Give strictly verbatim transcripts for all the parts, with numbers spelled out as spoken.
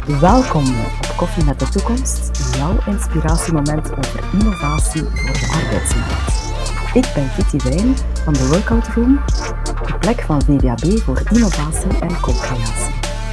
Welkom op Koffie met de Toekomst, jouw inspiratiemoment over innovatie voor de arbeidsmarkt. Ik ben Kitty Wijn van de Workout Room, de plek van V D A B voor innovatie en co-creatie.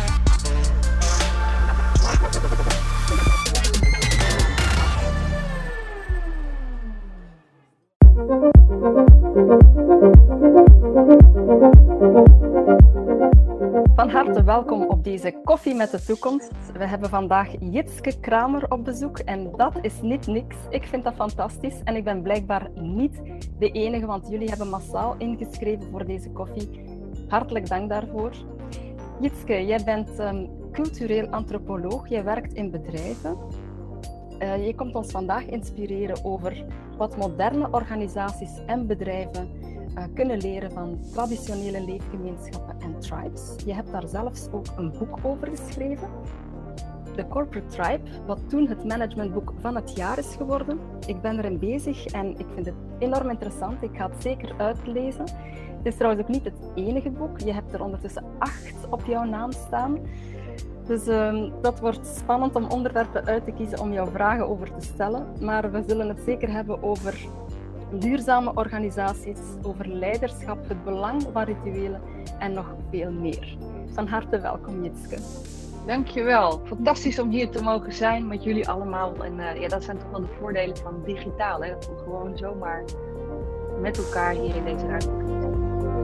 Van harte welkom op deze Koffie met de Toekomst. We hebben vandaag Jitske Kramer op bezoek en dat is niet niks. Ik vind dat fantastisch en ik ben blijkbaar niet de enige, want jullie hebben massaal ingeschreven voor deze koffie. Hartelijk dank daarvoor. Jitske, jij bent um, cultureel antropoloog, jij werkt in bedrijven. Uh, je komt ons vandaag inspireren over wat moderne organisaties en bedrijven uh, kunnen leren van traditionele leefgemeenschappen en tribes. Je hebt daar zelfs ook een boek over geschreven. The Corporate Tribe, wat toen het managementboek van het jaar is geworden. Ik ben erin bezig en ik vind het enorm interessant. Ik ga het zeker uitlezen. Het is trouwens ook niet het enige boek. Je hebt er ondertussen acht op jouw naam staan. Dus um, dat wordt spannend om onderwerpen uit te kiezen om jouw vragen over te stellen. Maar we zullen het zeker hebben over duurzame organisaties, over leiderschap, het belang van rituelen en nog veel meer. Van harte welkom, Jitske. Dankjewel. Fantastisch om hier te mogen zijn met jullie allemaal. En uh, ja, dat zijn toch wel de voordelen van digitaal, hè? Dat we gewoon zomaar met elkaar hier in deze ruimte kunnen zijn.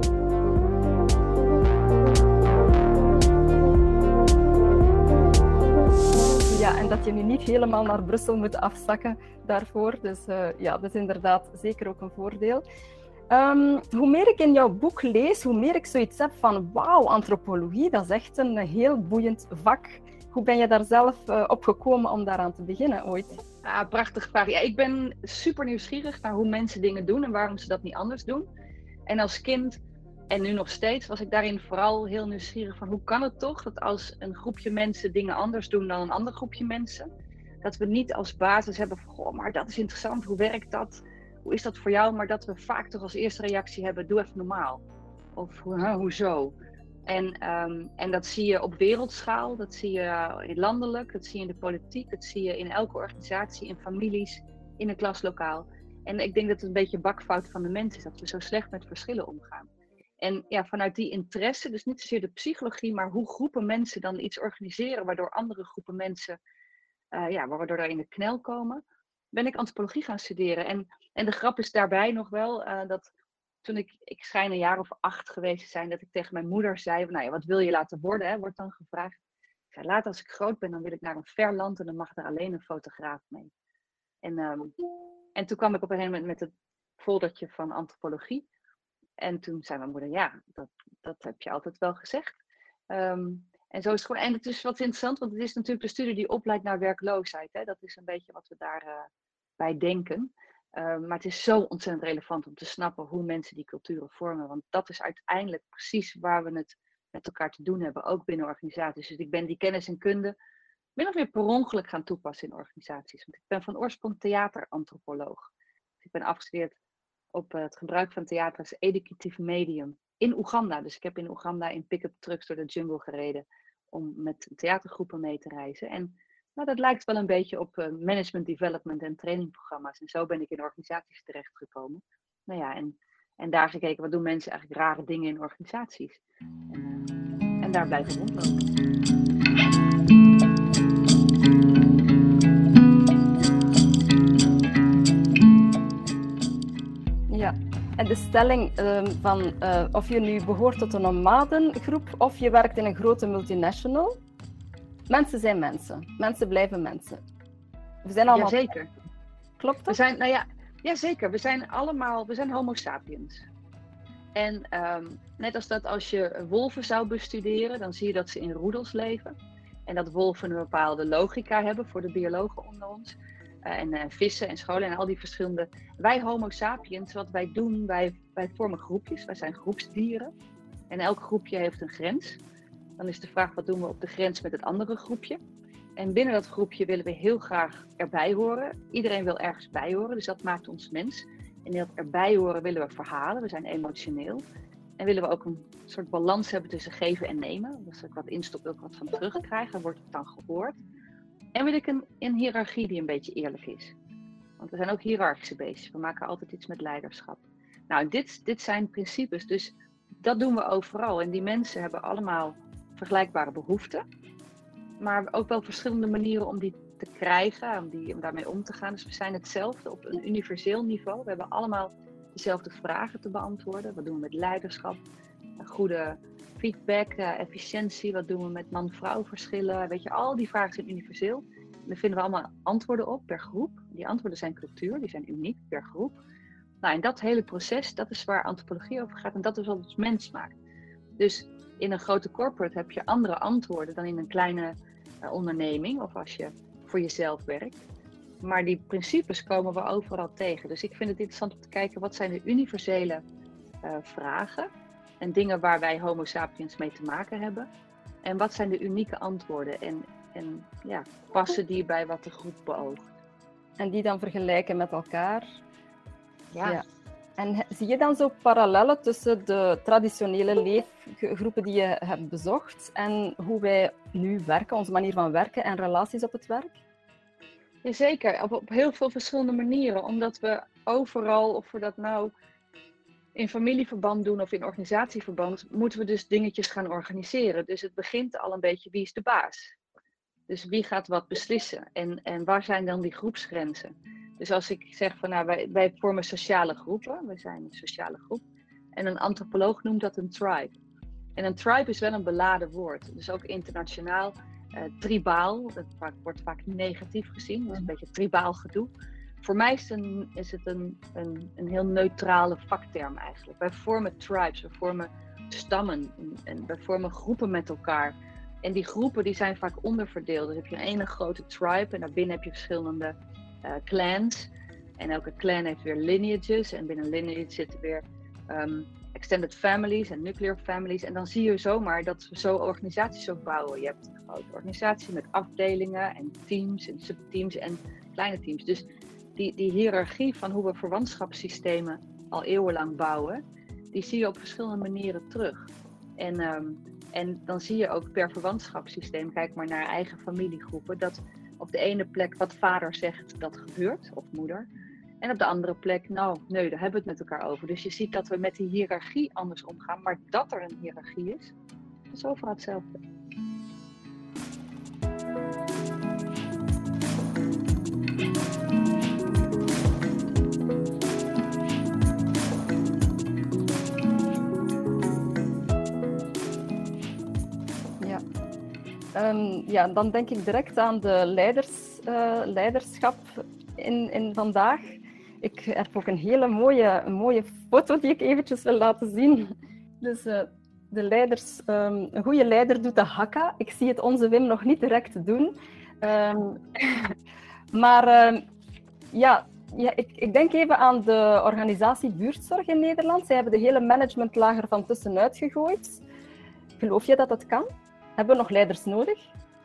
Ja, en dat je nu niet helemaal naar Brussel moet afzakken daarvoor. Dus uh, ja, dat is inderdaad zeker ook een voordeel. Um, hoe meer ik in jouw boek lees, hoe meer ik zoiets heb van wauw, antropologie, dat is echt een heel boeiend vak. Hoe ben je daar zelf uh, op gekomen om daaraan te beginnen ooit? Ah, prachtige vraag. Ja, ik ben super nieuwsgierig naar hoe mensen dingen doen en waarom ze dat niet anders doen. En als kind, en nu nog steeds, was ik daarin vooral heel nieuwsgierig van hoe kan het toch dat als een groepje mensen dingen anders doen dan een ander groepje mensen, dat we niet als basis hebben van, goh, maar dat is interessant, hoe werkt dat? Hoe is dat voor jou? Maar dat we vaak toch als eerste reactie hebben, doe even normaal. Of huh, hoezo? En, um, en dat zie je op wereldschaal, dat zie je landelijk, dat zie je in de politiek, dat zie je in elke organisatie, in families, in een klaslokaal. En ik denk dat het een beetje een bakfout van de mens is, dat we zo slecht met verschillen omgaan. En ja, vanuit die interesse, dus niet zozeer de psychologie, maar hoe groepen mensen dan iets organiseren, waardoor andere groepen mensen, uh, ja, waardoor daar in de knel komen, ben ik antropologie gaan studeren. En, en de grap is daarbij nog wel, uh, dat toen ik, ik schijn een jaar of acht geweest te zijn, dat ik tegen mijn moeder zei, nou ja, wat wil je laten worden, hè, wordt dan gevraagd. Ik zei, later als ik groot ben, dan wil ik naar een ver land en dan mag er alleen een fotograaf mee. En, um, en toen kwam ik op een gegeven moment met het foldertje van antropologie. En toen zei mijn moeder, ja, dat, dat heb je altijd wel gezegd. Um, en zo is het gewoon. En het is wat interessant, want het is natuurlijk de studie die opleidt naar werkloosheid. Hè? Dat is een beetje wat we daarbij uh, bij denken. Uh, maar het is zo ontzettend relevant om te snappen hoe mensen die culturen vormen. Want dat is uiteindelijk precies waar we het met elkaar te doen hebben, ook binnen organisaties. Dus ik ben die kennis en kunde min of meer per ongeluk gaan toepassen in organisaties. Want ik ben van oorsprong theaterantropoloog. Dus ik ben afgestudeerd op het gebruik van theater als educatief medium in Oeganda. Dus ik heb in Oeganda in pick-up trucks door de jungle gereden om met theatergroepen mee te reizen. En nou, dat lijkt wel een beetje op uh, management development en trainingprogramma's. En zo ben ik in organisaties terechtgekomen. Nou ja, en, en daar gekeken, wat doen mensen eigenlijk rare dingen in organisaties? En, uh, en daar blijf ik rondlopen. Ja, en de stelling uh, van uh, of je nu behoort tot een nomadengroep of je werkt in een grote multinational. Mensen zijn mensen. Mensen blijven mensen. We zijn allemaal... Jazeker. Klopt dat? We zijn, nou ja, jazeker. We zijn allemaal, we zijn homo sapiens. En um, net als dat als je wolven zou bestuderen, dan zie je dat ze in roedels leven. En dat wolven een bepaalde logica hebben voor de biologen onder ons. Uh, en uh, vissen en scholen en al die verschillende. Wij homo sapiens, wat wij doen, wij, wij vormen groepjes. Wij zijn groepsdieren. En elk groepje heeft een grens. Dan is de vraag, wat doen we op de grens met het andere groepje? En binnen dat groepje willen we heel graag erbij horen. Iedereen wil ergens bij horen, dus dat maakt ons mens. En in dat erbij horen willen we verhalen, we zijn emotioneel. En willen we ook een soort balans hebben tussen geven en nemen. Dus als ik wat instop, ook wat van terugkrijg, dan wordt het dan gehoord. En wil ik een, een hiërarchie die een beetje eerlijk is. Want we zijn ook hiërarchische beestjes. We maken altijd iets met leiderschap. Nou, dit, dit zijn principes. Dus dat doen we overal. En die mensen hebben allemaal vergelijkbare behoeften. Maar ook wel verschillende manieren om die te krijgen. Om, die, om daarmee om te gaan. Dus we zijn hetzelfde op een universeel niveau. We hebben allemaal dezelfde vragen te beantwoorden. Wat doen we met leiderschap? Goede feedback, uh, efficiëntie. Wat doen we met man-vrouw verschillen? Weet je, al die vragen zijn universeel. En daar vinden we allemaal antwoorden op per groep. Die antwoorden zijn cultuur, die zijn uniek per groep. Nou, en dat hele proces, dat is waar antropologie over gaat. En dat is wat ons mens maakt. Dus in een grote corporate heb je andere antwoorden dan in een kleine uh, onderneming. Of als je voor jezelf werkt. Maar die principes komen we overal tegen. Dus ik vind het interessant om te kijken, wat zijn de universele uh, vragen? En dingen waar wij homo sapiens mee te maken hebben. En wat zijn de unieke antwoorden? En, en ja, passen die bij wat de groep beoogt? En die dan vergelijken met elkaar. Ja. ja. En zie je dan zo parallellen tussen de traditionele leefgroepen die je hebt bezocht en hoe wij nu werken, onze manier van werken en relaties op het werk? Jazeker, op, op heel veel verschillende manieren. Omdat we overal, of we dat nou in familieverband doen of in organisatieverband, moeten we dus dingetjes gaan organiseren. Dus het begint al een beetje, wie is de baas? Dus wie gaat wat beslissen? En, en waar zijn dan die groepsgrenzen? Dus als ik zeg van nou, wij, wij vormen sociale groepen, we zijn een sociale groep. En een antropoloog noemt dat een tribe. En een tribe is wel een beladen woord. Dus ook internationaal, uh, tribaal, dat vaak, wordt vaak negatief gezien. Dat is een beetje tribaal gedoe. Voor mij is het, een, is het een, een, een heel neutrale vakterm eigenlijk. Wij vormen tribes, we vormen stammen en we vormen groepen met elkaar. En die groepen die zijn vaak onderverdeeld. Dus heb je een ene grote tribe en daarbinnen heb je verschillende uh, clans. En elke clan heeft weer lineages en binnen lineage zitten weer um, extended families en nuclear families. En dan zie je zomaar dat we zo organisaties ook bouwen. Je hebt een grote organisatie met afdelingen en teams en subteams en kleine teams. Dus die, die hiërarchie van hoe we verwantschapssystemen al eeuwenlang bouwen, die zie je op verschillende manieren terug. En, um, en dan zie je ook per verwantschapssysteem, kijk maar naar eigen familiegroepen, dat op de ene plek wat vader zegt, dat gebeurt, of moeder. En op de andere plek, nou, nee, daar hebben we het met elkaar over. Dus je ziet dat we met die hiërarchie anders omgaan, maar dat er een hiërarchie is, dat is overal hetzelfde. Um, ja, dan denk ik direct aan de leiders, uh, leiderschap in, in vandaag. Ik heb ook een hele mooie, een mooie foto die ik eventjes wil laten zien. Dus uh, de leiders, um, een goede leider doet de hakka. Ik zie het onze Wim nog niet direct doen. Um, maar uh, ja, ja ik, ik denk even aan de organisatie Buurtzorg in Nederland. Zij hebben de hele managementlaag er van tussenuit gegooid. Geloof je dat dat kan? Hebben we nog leiders nodig?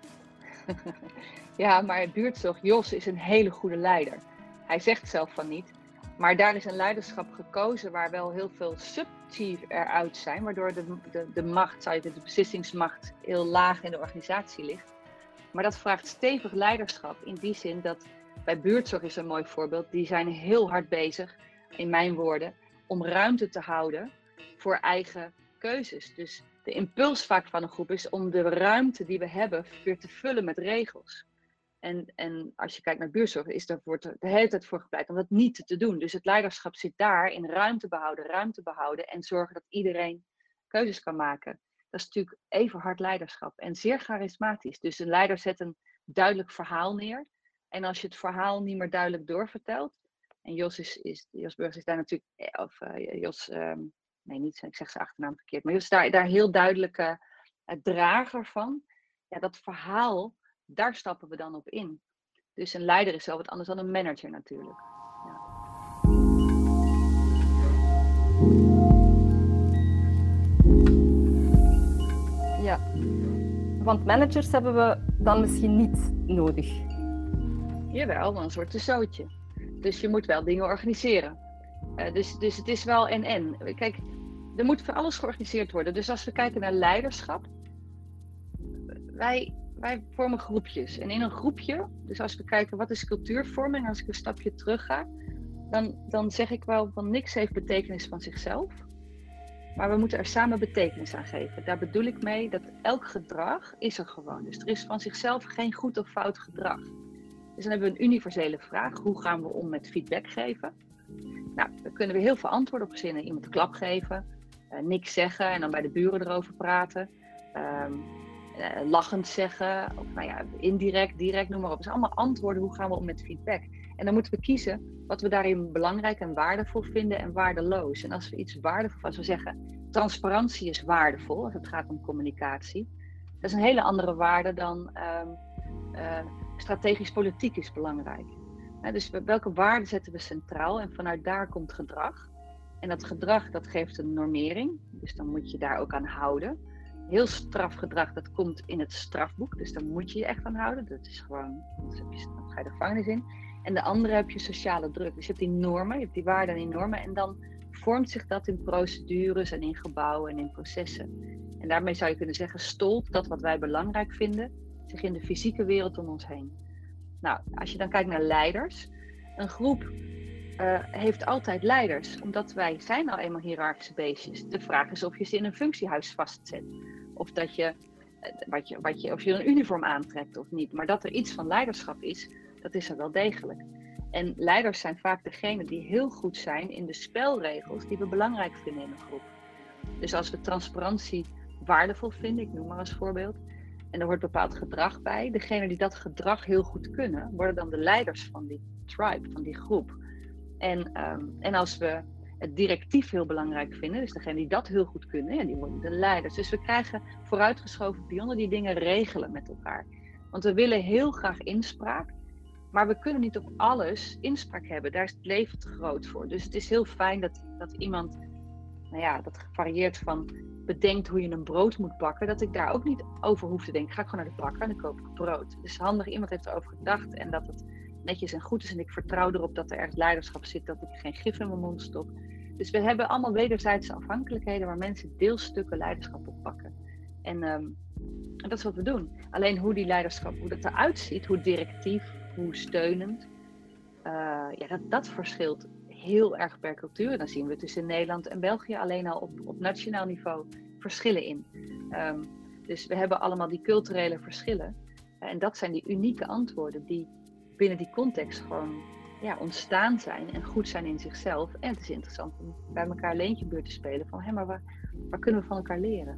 Ja, maar buurtzorg, Jos is een hele goede leider. Hij zegt zelf van niet. Maar daar is een leiderschap gekozen waar wel heel veel subchief eruit zijn. Waardoor de, de, de macht, de beslissingsmacht heel laag in de organisatie ligt. Maar dat vraagt stevig leiderschap. In die zin dat bij buurtzorg is een mooi voorbeeld. Die zijn heel hard bezig, in mijn woorden, om ruimte te houden voor eigen keuzes. Dus de impuls vaak van een groep is om de ruimte die we hebben weer te vullen met regels. En, en als je kijkt naar buurtzorg, is er, wordt er de hele tijd voor gepleit om dat niet te doen. Dus het leiderschap zit daar in ruimte behouden, ruimte behouden en zorgen dat iedereen keuzes kan maken. Dat is natuurlijk even hard leiderschap en zeer charismatisch. Dus een leider zet een duidelijk verhaal neer. En als je het verhaal niet meer duidelijk doorvertelt, en Jos, is, is, Jos Burgers is daar natuurlijk, of uh, Jos... Um, Nee, niet, ik zeg zijn achternaam verkeerd. Maar je is daar, daar heel duidelijke uh, drager van. Ja, dat verhaal, daar stappen we dan op in. Dus een leider is wel wat anders dan een manager natuurlijk. Ja. Ja, want managers hebben we dan misschien niet nodig. Jawel, dan wordt het een zootje. Dus je moet wel dingen organiseren. Uh, dus, dus het is wel en-en. Kijk, er moet voor alles georganiseerd worden. Dus als we kijken naar leiderschap, wij, wij vormen groepjes. En in een groepje, dus als we kijken wat is cultuurvorming, als ik een stapje terug ga, dan, dan zeg ik wel van niks heeft betekenis van zichzelf. Maar we moeten er samen betekenis aan geven. Daar bedoel ik mee dat elk gedrag is er gewoon. Dus er is van zichzelf geen goed of fout gedrag. Dus dan hebben we een universele vraag. Hoe gaan we om met feedback geven? Nou, daar kunnen we heel veel antwoorden op verzinnen. Iemand een klap geven, uh, niks zeggen en dan bij de buren erover praten. Um, uh, lachend zeggen, of nou ja, indirect, direct, noem maar op. Het zijn allemaal antwoorden, hoe gaan we om met feedback? En dan moeten we kiezen wat we daarin belangrijk en waardevol vinden en waardeloos. En als we iets waardevol, als we zeggen, transparantie is waardevol, als het gaat om communicatie. Dat is een hele andere waarde dan um, uh, strategisch politiek is belangrijk. Uh, dus welke waarden zetten we centraal en vanuit daar komt gedrag. En dat gedrag, dat geeft een normering, dus dan moet je daar ook aan houden. Heel strafgedrag, dat komt in het strafboek, dus daar moet je je echt aan houden. Dat is gewoon, dan ga je de gevangenis in. En de andere heb je sociale druk. Dus je hebt die normen, je hebt die waarden en die normen. En dan vormt zich dat in procedures en in gebouwen en in processen. En daarmee zou je kunnen zeggen, stolt dat wat wij belangrijk vinden zich in de fysieke wereld om ons heen. Nou, als je dan kijkt naar leiders. Een groep uh, heeft altijd leiders. Omdat wij zijn nou eenmaal hiërarchische beestjes. De vraag is of je ze in een functiehuis vastzet. Of dat je, wat je, wat je, of je een uniform aantrekt of niet. Maar dat er iets van leiderschap is, dat is er wel degelijk. En leiders zijn vaak degene die heel goed zijn in de spelregels die we belangrijk vinden in een groep. Dus als we transparantie waardevol vinden, ik noem maar als voorbeeld, en er hoort bepaald gedrag bij, degene die dat gedrag heel goed kunnen, worden dan de leiders van die tribe, van die groep. En, um, en als we het directief heel belangrijk vinden, dus degene die dat heel goed kunnen, ja, die worden de leiders. Dus we krijgen vooruitgeschoven pionnen die dingen regelen met elkaar. Want we willen heel graag inspraak, maar we kunnen niet op alles inspraak hebben. Daar is het leven te groot voor. Dus het is heel fijn dat, dat iemand, nou ja, dat varieert van bedenkt hoe je een brood moet bakken, dat ik daar ook niet over hoef te denken. Ga ik gewoon naar de bakker en dan koop ik brood. Het is handig, iemand heeft erover gedacht en dat het netjes en goed is. En ik vertrouw erop dat er ergens leiderschap zit, dat ik geen gif in mijn mond stop. Dus we hebben allemaal wederzijdse afhankelijkheden waar mensen deelstukken leiderschap oppakken. En, um, en dat is wat we doen. Alleen hoe die leiderschap, hoe dat eruit ziet, hoe directief, hoe steunend, uh, ja, dat, dat verschilt heel erg per cultuur. Dan zien we tussen Nederland en België alleen al op, op nationaal niveau verschillen in. Um, dus we hebben allemaal die culturele verschillen. Uh, en dat zijn die unieke antwoorden die binnen die context gewoon ja, ontstaan zijn en goed zijn in zichzelf. En het is interessant om bij elkaar leentjebeurt te spelen van, hé, maar waar, waar kunnen we van elkaar leren?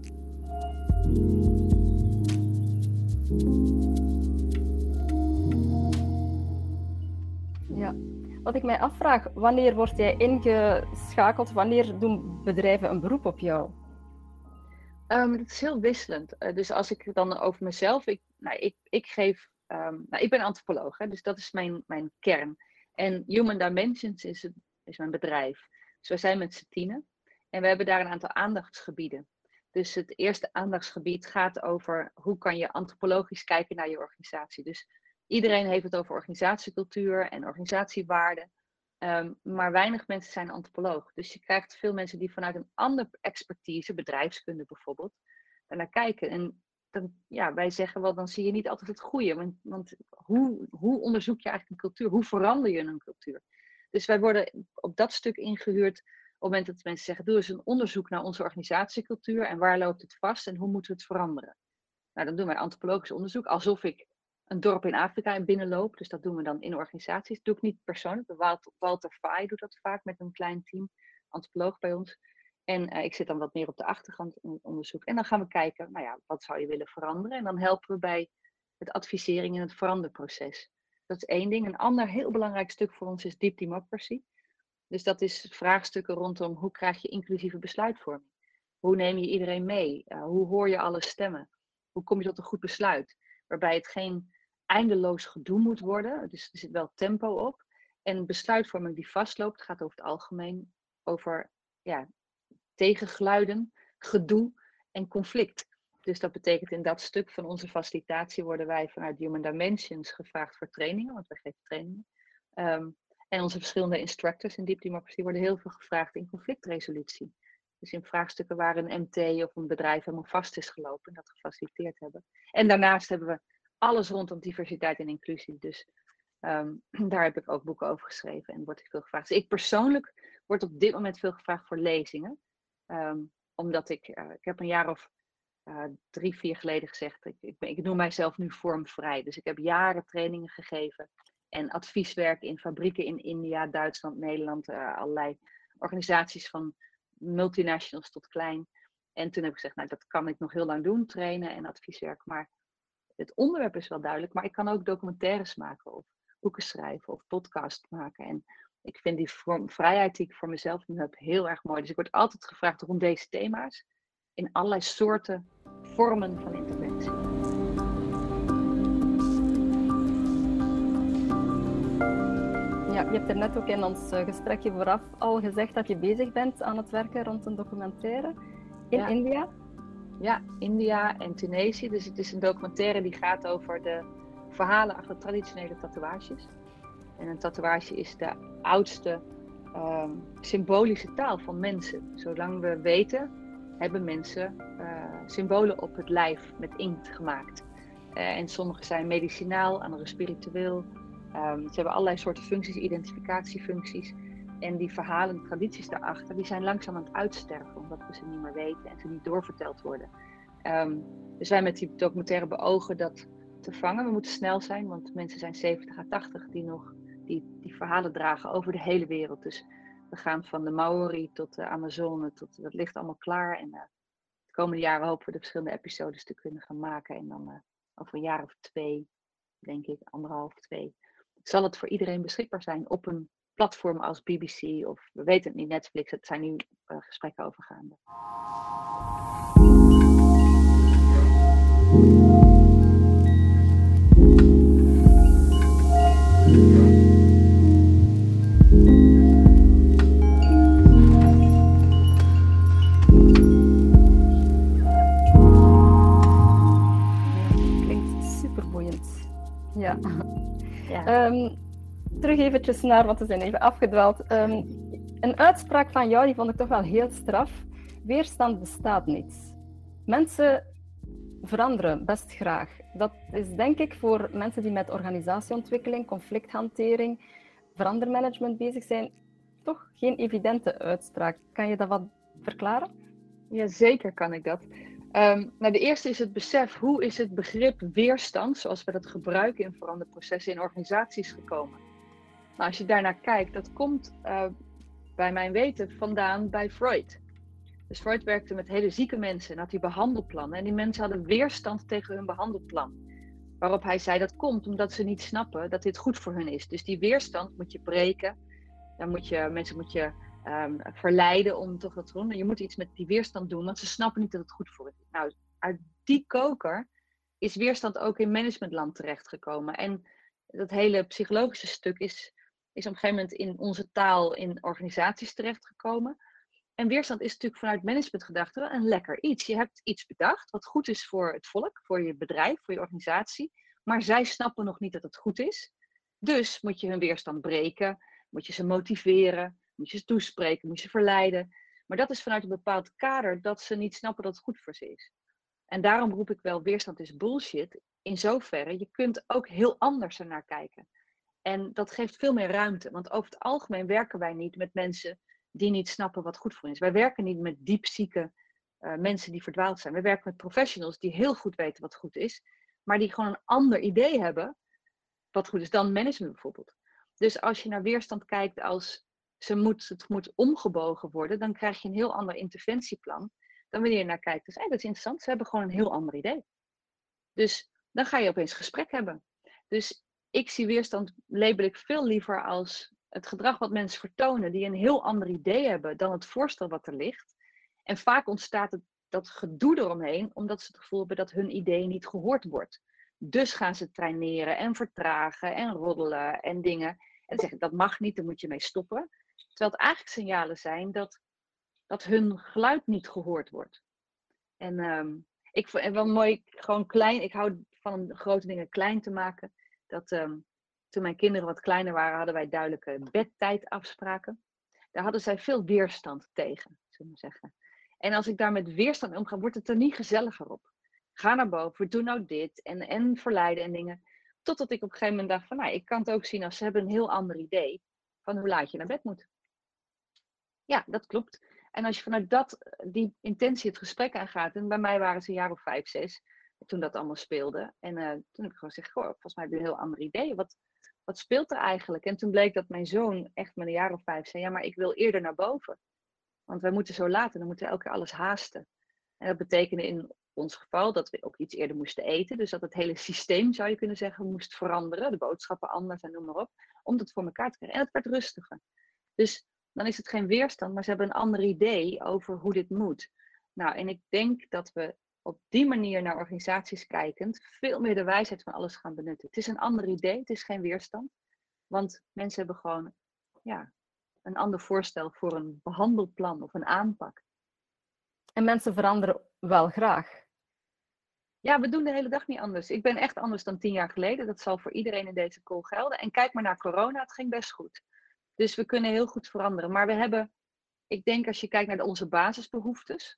Ja, wat ik mij afvraag, wanneer word jij ingeschakeld, wanneer doen bedrijven een beroep op jou? Um, het is heel wisselend. Uh, dus als ik dan over mezelf, ik, nou, ik, ik geef, um, nou, ik ben antropoloog, hè, dus dat is mijn, mijn kern. En Human Dimensions is, het, is mijn bedrijf. Dus wij zijn met z'n tienen en we hebben daar een aantal aandachtsgebieden. Dus het eerste aandachtsgebied gaat over hoe kan je antropologisch kijken naar je organisatie. Dus iedereen heeft het over organisatiecultuur en organisatiewaarden. Um, maar weinig mensen zijn antropoloog. Dus je krijgt veel mensen die vanuit een andere expertise, bedrijfskunde bijvoorbeeld, daarnaar kijken. En dan, ja, wij zeggen wel, dan zie je niet altijd het goede. Want, want hoe, hoe onderzoek je eigenlijk een cultuur? Hoe verander je een cultuur? Dus wij worden op dat stuk ingehuurd op het moment dat mensen zeggen, doe eens een onderzoek naar onze organisatiecultuur en waar loopt het vast en hoe moeten we het veranderen? Nou, dan doen wij antropologisch onderzoek, alsof ik een dorp in Afrika binnenloop. Dus dat doen we dan in organisaties. Dat doe ik niet persoonlijk. Walter Fay doet dat vaak met een klein team, antropoloog bij ons. En uh, ik zit dan wat meer op de achtergrond in het onderzoek. En dan gaan we kijken, nou ja, wat zou je willen veranderen? En dan helpen we bij het advisering in het veranderproces. Dat is één ding. Een ander heel belangrijk stuk voor ons is deep democracy. Dus dat is vraagstukken rondom hoe krijg je inclusieve besluitvorming? Hoe neem je iedereen mee? Uh, hoe hoor je alle stemmen? Hoe kom je tot een goed besluit? Waarbij het geen eindeloos gedoe moet worden. Dus er zit wel tempo op. En besluitvorming die vastloopt gaat over het algemeen over ja, tegengeluiden, gedoe en conflict. Dus dat betekent in dat stuk van onze facilitatie worden wij vanuit Human Dimensions gevraagd voor trainingen, want wij geven trainingen. Um, en onze verschillende instructors in Deep Democracy worden heel veel gevraagd in conflictresolutie. Dus in vraagstukken waar een M T of een bedrijf helemaal vast is gelopen en dat gefaciliteerd hebben. En daarnaast hebben we alles rondom diversiteit en inclusie. Dus um, daar heb ik ook boeken over geschreven en word ik veel gevraagd. Dus ik persoonlijk word op dit moment veel gevraagd voor lezingen. Um, omdat ik, uh, ik heb een jaar of uh, drie, vier geleden gezegd, ik, ik, ik noem mijzelf nu vormvrij. Dus ik heb jaren trainingen gegeven en advieswerk in fabrieken in India, Duitsland, Nederland, uh, allerlei organisaties van multinationals tot klein. En toen heb ik gezegd, nou dat kan ik nog heel lang doen, trainen en advieswerk. Maar het onderwerp is wel duidelijk, maar ik kan ook documentaires maken of boeken schrijven of podcast maken. En ik vind die vorm, vrijheid die ik voor mezelf nu heb heel erg mooi. Dus ik word altijd gevraagd rond deze thema's in allerlei soorten vormen van interventie. Ja, je hebt er net ook in ons gesprekje vooraf al gezegd dat je bezig bent aan het werken rond een documentaire in ja. India. Ja, India en Tunesië. Dus het is een documentaire die gaat over de verhalen achter traditionele tatoeages. En een tatoeage is de oudste um, symbolische taal van mensen. Zolang we weten, hebben mensen uh, symbolen op het lijf met inkt gemaakt. Uh, en sommige zijn medicinaal, andere spiritueel. Um, ze hebben allerlei soorten functies, identificatiefuncties. En die verhalen, de tradities daarachter, die zijn langzaam aan het uitsterven. Omdat we ze niet meer weten en ze niet doorverteld worden. Um, dus wij met die documentaire beogen dat te vangen. We moeten snel zijn, want mensen zijn zeventig à tachtig die nog die, die verhalen dragen over de hele wereld. Dus we gaan van de Maori tot de Amazone, tot, dat ligt allemaal klaar. En uh, de komende jaren hopen we de verschillende episodes te kunnen gaan maken. En dan uh, over een jaar of twee, denk ik, anderhalf, twee, zal het voor iedereen beschikbaar zijn op een platform als B B C of we weten het niet, Netflix. Het zijn nu uh, gesprekken over gaande. Klinkt superboeiend. Ja. ja. Um, terug eventjes naar, want we zijn even afgedwaald. Um, een uitspraak van jou, die vond ik toch wel heel straf. Weerstand bestaat niet. Mensen veranderen best graag. Dat is denk ik voor mensen die met organisatieontwikkeling, conflicthantering, verandermanagement bezig zijn, toch geen evidente uitspraak. Kan je dat wat verklaren? Ja, zeker kan ik dat. Um, nou, de eerste is het besef, hoe is het begrip weerstand, zoals we dat gebruiken in veranderprocessen in organisaties gekomen? Nou, als je daarnaar kijkt, dat komt uh, bij mijn weten vandaan bij Freud. Dus Freud werkte met hele zieke mensen en had die behandelplannen. En die mensen hadden weerstand tegen hun behandelplan. Waarop hij zei, dat komt omdat ze niet snappen dat dit goed voor hun is. Dus die weerstand moet je breken. Dan moet je, mensen moet je um, verleiden om toch dat te doen. En je moet iets met die weerstand doen, want ze snappen niet dat het goed voor hen is. Nou, uit die koker is weerstand ook in managementland terechtgekomen. En dat hele psychologische stuk is, is op een gegeven moment in onze taal in organisaties terechtgekomen. En weerstand is natuurlijk vanuit managementgedachte een lekker iets. Je hebt iets bedacht wat goed is voor het volk, voor je bedrijf, voor je organisatie. Maar zij snappen nog niet dat het goed is. Dus moet je hun weerstand breken, moet je ze motiveren, moet je ze toespreken, moet je ze verleiden. Maar dat is vanuit een bepaald kader dat ze niet snappen dat het goed voor ze is. En daarom roep ik wel, weerstand is bullshit. In zoverre, je kunt ook heel anders ernaar kijken. En dat geeft veel meer ruimte. Want over het algemeen werken wij niet met mensen die niet snappen wat goed voor hen is. Wij werken niet met diepzieke uh, mensen die verdwaald zijn. Wij werken met professionals die heel goed weten wat goed is. Maar die gewoon een ander idee hebben wat goed is dan management bijvoorbeeld. Dus als je naar weerstand kijkt als ze moet, het moet omgebogen worden, dan krijg je een heel ander interventieplan dan wanneer je naar kijkt. Dus hey, dat is interessant, ze hebben gewoon een heel ander idee. Dus dan ga je opeens gesprek hebben. Dus ik zie weerstand, label ik veel liever als het gedrag wat mensen vertonen, die een heel ander idee hebben dan het voorstel wat er ligt. En vaak ontstaat het, dat gedoe eromheen, omdat ze het gevoel hebben dat hun idee niet gehoord wordt. Dus gaan ze traineren en vertragen en roddelen en dingen. En dan zeg ik, dat mag niet, daar moet je mee stoppen. Terwijl het eigenlijk signalen zijn dat, dat hun geluid niet gehoord wordt. En um, ik vond het wel mooi, gewoon klein, ik hou van grote dingen klein te maken. Dat um, toen mijn kinderen wat kleiner waren, hadden wij duidelijke bedtijdafspraken. Daar hadden zij veel weerstand tegen, zullen we zeggen. En als ik daar met weerstand mee omga, wordt het er niet gezelliger op. Ga naar boven, doe nou dit en, en verleiden en dingen. Totdat ik op een gegeven moment dacht van, nou, ik kan het ook zien als ze hebben een heel ander idee van hoe laat je naar bed moet. Ja, dat klopt. En als je vanuit dat, die intentie het gesprek aangaat, en bij mij waren ze een jaar of vijf, zes, toen dat allemaal speelde. En uh, toen heb ik gewoon gezegd, goh, volgens mij heb je een heel ander idee. Wat, wat speelt er eigenlijk? En toen bleek dat mijn zoon echt met een jaar of vijf zei, ja, maar ik wil eerder naar boven. Want wij moeten zo laat en dan moeten we elke keer alles haasten. En dat betekende in ons geval dat we ook iets eerder moesten eten. Dus dat het hele systeem, zou je kunnen zeggen, moest veranderen. De boodschappen anders en noem maar op. Om dat voor elkaar te krijgen. En het werd rustiger. Dus dan is het geen weerstand, maar ze hebben een ander idee over hoe dit moet. Nou, en ik denk dat we op die manier naar organisaties kijkend veel meer de wijsheid van alles gaan benutten. Het is een ander idee, het is geen weerstand. Want mensen hebben gewoon ja, een ander voorstel voor een behandelplan of een aanpak. En mensen veranderen wel graag. Ja, we doen de hele dag niet anders. Ik ben echt anders dan tien jaar geleden. Dat zal voor iedereen in deze call gelden. En kijk maar naar corona, het ging best goed. Dus we kunnen heel goed veranderen. Maar we hebben, ik denk als je kijkt naar onze basisbehoeftes,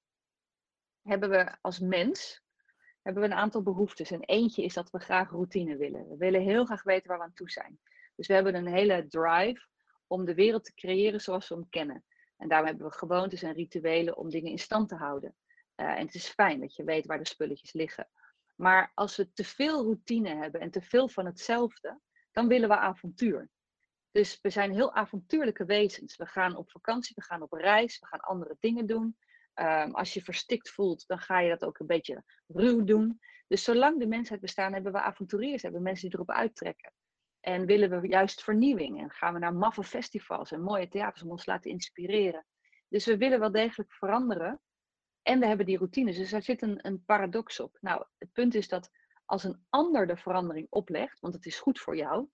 hebben we als mens hebben we een aantal behoeftes. En eentje is dat we graag routine willen. We willen heel graag weten waar we aan toe zijn. Dus we hebben een hele drive om de wereld te creëren zoals we hem kennen. En daarom hebben we gewoontes en rituelen om dingen in stand te houden. Uh, en het is fijn dat je weet waar de spulletjes liggen. Maar als we te veel routine hebben en te veel van hetzelfde, dan willen we avontuur. Dus we zijn heel avontuurlijke wezens. We gaan op vakantie, we gaan op reis, we gaan andere dingen doen. Um, als je verstikt voelt, dan ga je dat ook een beetje ruw doen. Dus zolang de mensheid bestaat, hebben we avonturiers, hebben we mensen die erop uittrekken. En willen we juist vernieuwing. En gaan we naar maffe festivals en mooie theaters om ons te laten inspireren. Dus we willen wel degelijk veranderen. En we hebben die routines. Dus daar zit een, een paradox op. Nou, het punt is dat als een ander de verandering oplegt, want het is goed voor jou,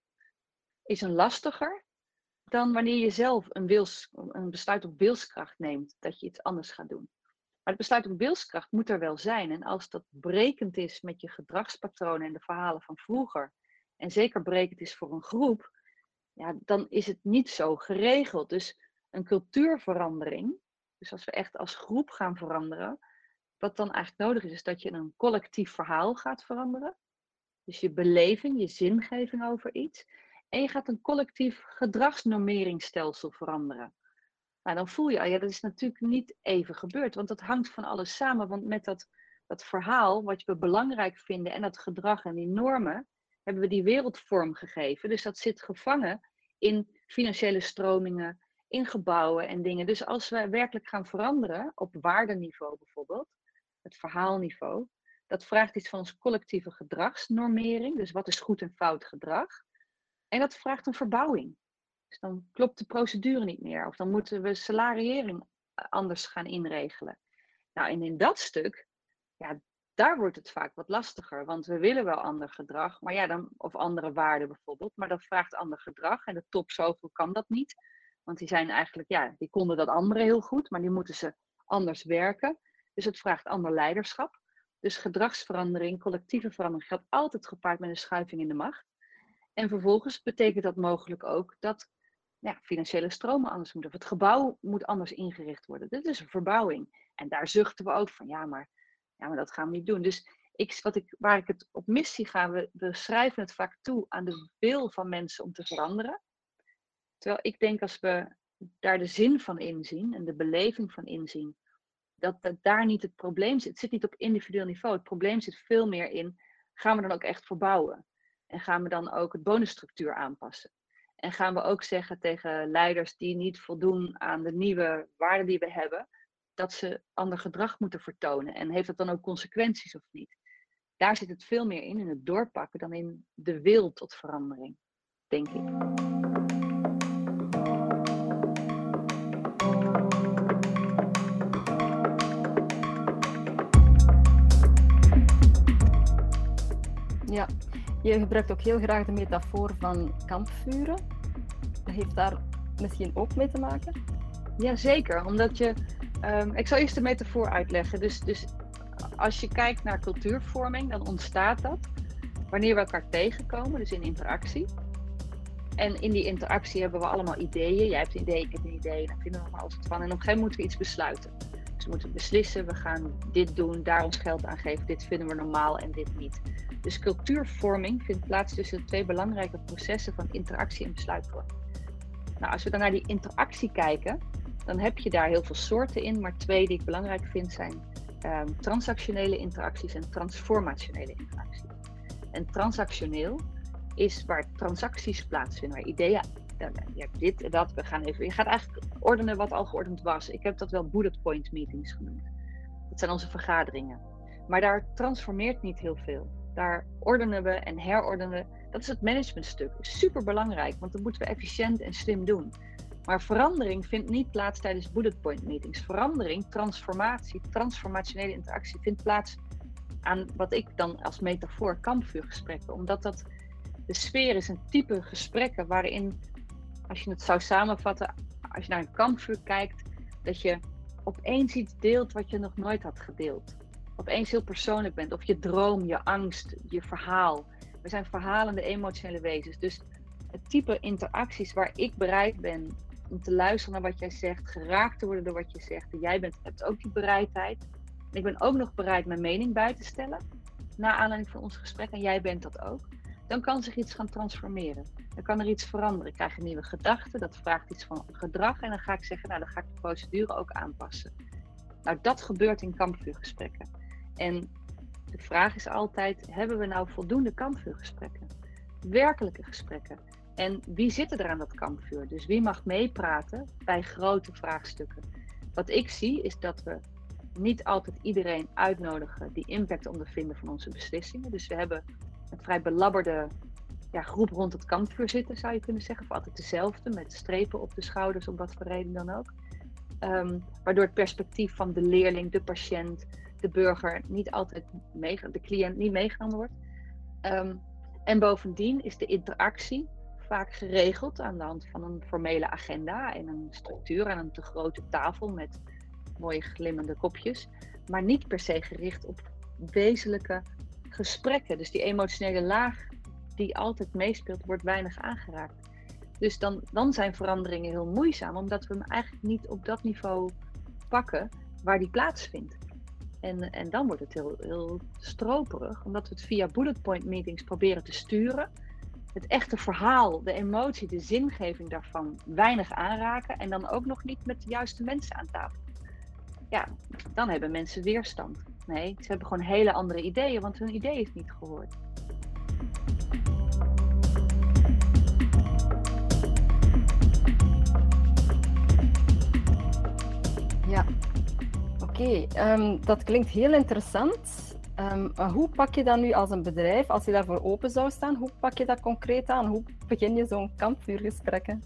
is een lastiger dan wanneer je zelf een, wils, een besluit op wilskracht neemt dat je iets anders gaat doen. Maar het besluit op wilskracht moet er wel zijn. En als dat brekend is met je gedragspatronen en de verhalen van vroeger, en zeker brekend is voor een groep, ja, dan is het niet zo geregeld. Dus een cultuurverandering, dus als we echt als groep gaan veranderen, wat dan eigenlijk nodig is, is dat je een collectief verhaal gaat veranderen. Dus je beleving, je zingeving over iets. En je gaat een collectief gedragsnormeringsstelsel veranderen. Nou, dan voel je al, ja, dat is natuurlijk niet even gebeurd. Want dat hangt van alles samen. Want met dat, dat verhaal, wat we belangrijk vinden, en dat gedrag en die normen, hebben we die wereld vorm gegeven. Dus dat zit gevangen in financiële stromingen, in gebouwen en dingen. Dus als we werkelijk gaan veranderen, op waardeniveau bijvoorbeeld, het verhaalniveau, dat vraagt iets van ons collectieve gedragsnormering. Dus wat is goed en fout gedrag? En dat vraagt een verbouwing. Dus dan klopt de procedure niet meer. Of dan moeten we salariëring anders gaan inregelen. Nou, en in dat stuk, ja, daar wordt het vaak wat lastiger. Want we willen wel ander gedrag, maar ja, dan, of andere waarden bijvoorbeeld. Maar dat vraagt ander gedrag. En de top zoveel kan dat niet. Want die zijn eigenlijk, ja, die konden dat andere heel goed. Maar die moeten ze anders werken. Dus het vraagt ander leiderschap. Dus gedragsverandering, collectieve verandering gaat altijd gepaard met een schuiving in de macht. En vervolgens betekent dat mogelijk ook dat ja, financiële stromen anders moeten. Of het gebouw moet anders ingericht worden. Dit is een verbouwing. En daar zuchten we ook van, ja, maar, ja, maar dat gaan we niet doen. Dus ik, wat ik, waar ik het op missie ga, we, we schrijven het vaak toe aan de wil van mensen om te veranderen. Terwijl ik denk als we daar de zin van inzien en de beleving van inzien, dat, dat daar niet het probleem zit. Het zit niet op individueel niveau. Het probleem zit veel meer in, gaan we dan ook echt verbouwen? En gaan we dan ook het bonusstructuur aanpassen? En gaan we ook zeggen tegen leiders die niet voldoen aan de nieuwe waarden die we hebben, dat ze ander gedrag moeten vertonen? En heeft dat dan ook consequenties of niet? Daar zit het veel meer in, in het doorpakken, dan in de wil tot verandering, denk ik. Ja, je gebruikt ook heel graag de metafoor van kampvuren. Dat heeft daar misschien ook mee te maken? Jazeker, omdat je... Um, ik zal eerst de metafoor uitleggen. Dus, dus als je kijkt naar cultuurvorming, dan ontstaat dat wanneer we elkaar tegenkomen, dus in interactie. En in die interactie hebben we allemaal ideeën. Jij hebt een idee, ik heb een idee, dan vinden we maar alles wat van. En op een gegeven moment moeten we iets besluiten. Ze moeten beslissen, we gaan dit doen, daar ons geld aan geven, dit vinden we normaal en dit niet. Dus cultuurvorming vindt plaats tussen de twee belangrijke processen van interactie en besluitvorming. Nou, als we dan naar die interactie kijken, dan heb je daar heel veel soorten in, maar twee die ik belangrijk vind zijn um, transactionele interacties en transformationele interacties. En transactioneel is waar transacties plaatsvinden, waar ideeën, ja, dit en dat, we gaan even, je gaat eigenlijk ordenen wat al geordend was. Ik heb dat wel bullet point meetings genoemd. Dat zijn onze vergaderingen. Maar daar transformeert niet heel veel. Daar ordenen we en herordenen we. Dat is het managementstuk. Super belangrijk, want dat moeten we efficiënt en slim doen. Maar verandering vindt niet plaats tijdens bullet point meetings. Verandering, transformatie, transformationele interactie vindt plaats aan wat ik dan als metafoor kampvuurgesprekken. Omdat dat de sfeer is, een type gesprekken waarin, als je het zou samenvatten, als je naar een kampvuur kijkt, dat je opeens iets deelt wat je nog nooit had gedeeld. Opeens heel persoonlijk bent, of je droom, je angst, je verhaal. We zijn verhalende emotionele wezens. Dus het type interacties waar ik bereid ben om te luisteren naar wat jij zegt, geraakt te worden door wat je zegt. En jij bent, hebt ook die bereidheid. En ik ben ook nog bereid mijn mening bij te stellen, naar aanleiding van ons gesprek, en jij bent dat ook. Dan kan zich iets gaan transformeren. Dan kan er iets veranderen. Ik krijg een nieuwe gedachte, dat vraagt iets van gedrag. En dan ga ik zeggen, nou dan ga ik de procedure ook aanpassen. Nou, dat gebeurt in kampvuurgesprekken. En de vraag is altijd, hebben we nou voldoende kampvuurgesprekken? Werkelijke gesprekken. En wie zit er aan dat kampvuur? Dus wie mag meepraten bij grote vraagstukken? Wat ik zie is dat we niet altijd iedereen uitnodigen die impact ondervinden van onze beslissingen. Dus we hebben een vrij belabberde ja, groep rond het kampvuur zitten, zou je kunnen zeggen. Of altijd dezelfde, met strepen op de schouders, om wat voor reden dan ook. Um, waardoor het perspectief van de leerling, de patiënt, de burger niet altijd mee, de cliënt niet meegenomen wordt. Um, en bovendien is de interactie vaak geregeld aan de hand van een formele agenda en een structuur en een te grote tafel met mooie glimmende kopjes, maar niet per se gericht op wezenlijke gesprekken. Dus die emotionele laag die altijd meespeelt, wordt weinig aangeraakt. Dus dan, dan zijn veranderingen heel moeizaam, omdat we hem eigenlijk niet op dat niveau pakken waar die plaatsvindt. En, en dan wordt het heel, heel stroperig, omdat we het via bullet point meetings proberen te sturen. Het echte verhaal, de emotie, de zingeving daarvan weinig aanraken en dan ook nog niet met de juiste mensen aan tafel. Ja, dan hebben mensen weerstand. Nee, ze hebben gewoon hele andere ideeën, want hun idee is niet gehoord. Ja, oké. Okay. Um, dat klinkt heel interessant. Um, maar hoe pak je dat nu als een bedrijf, als je daarvoor open zou staan, hoe pak je dat concreet aan? Hoe begin je zo'n kampvuurgesprekken?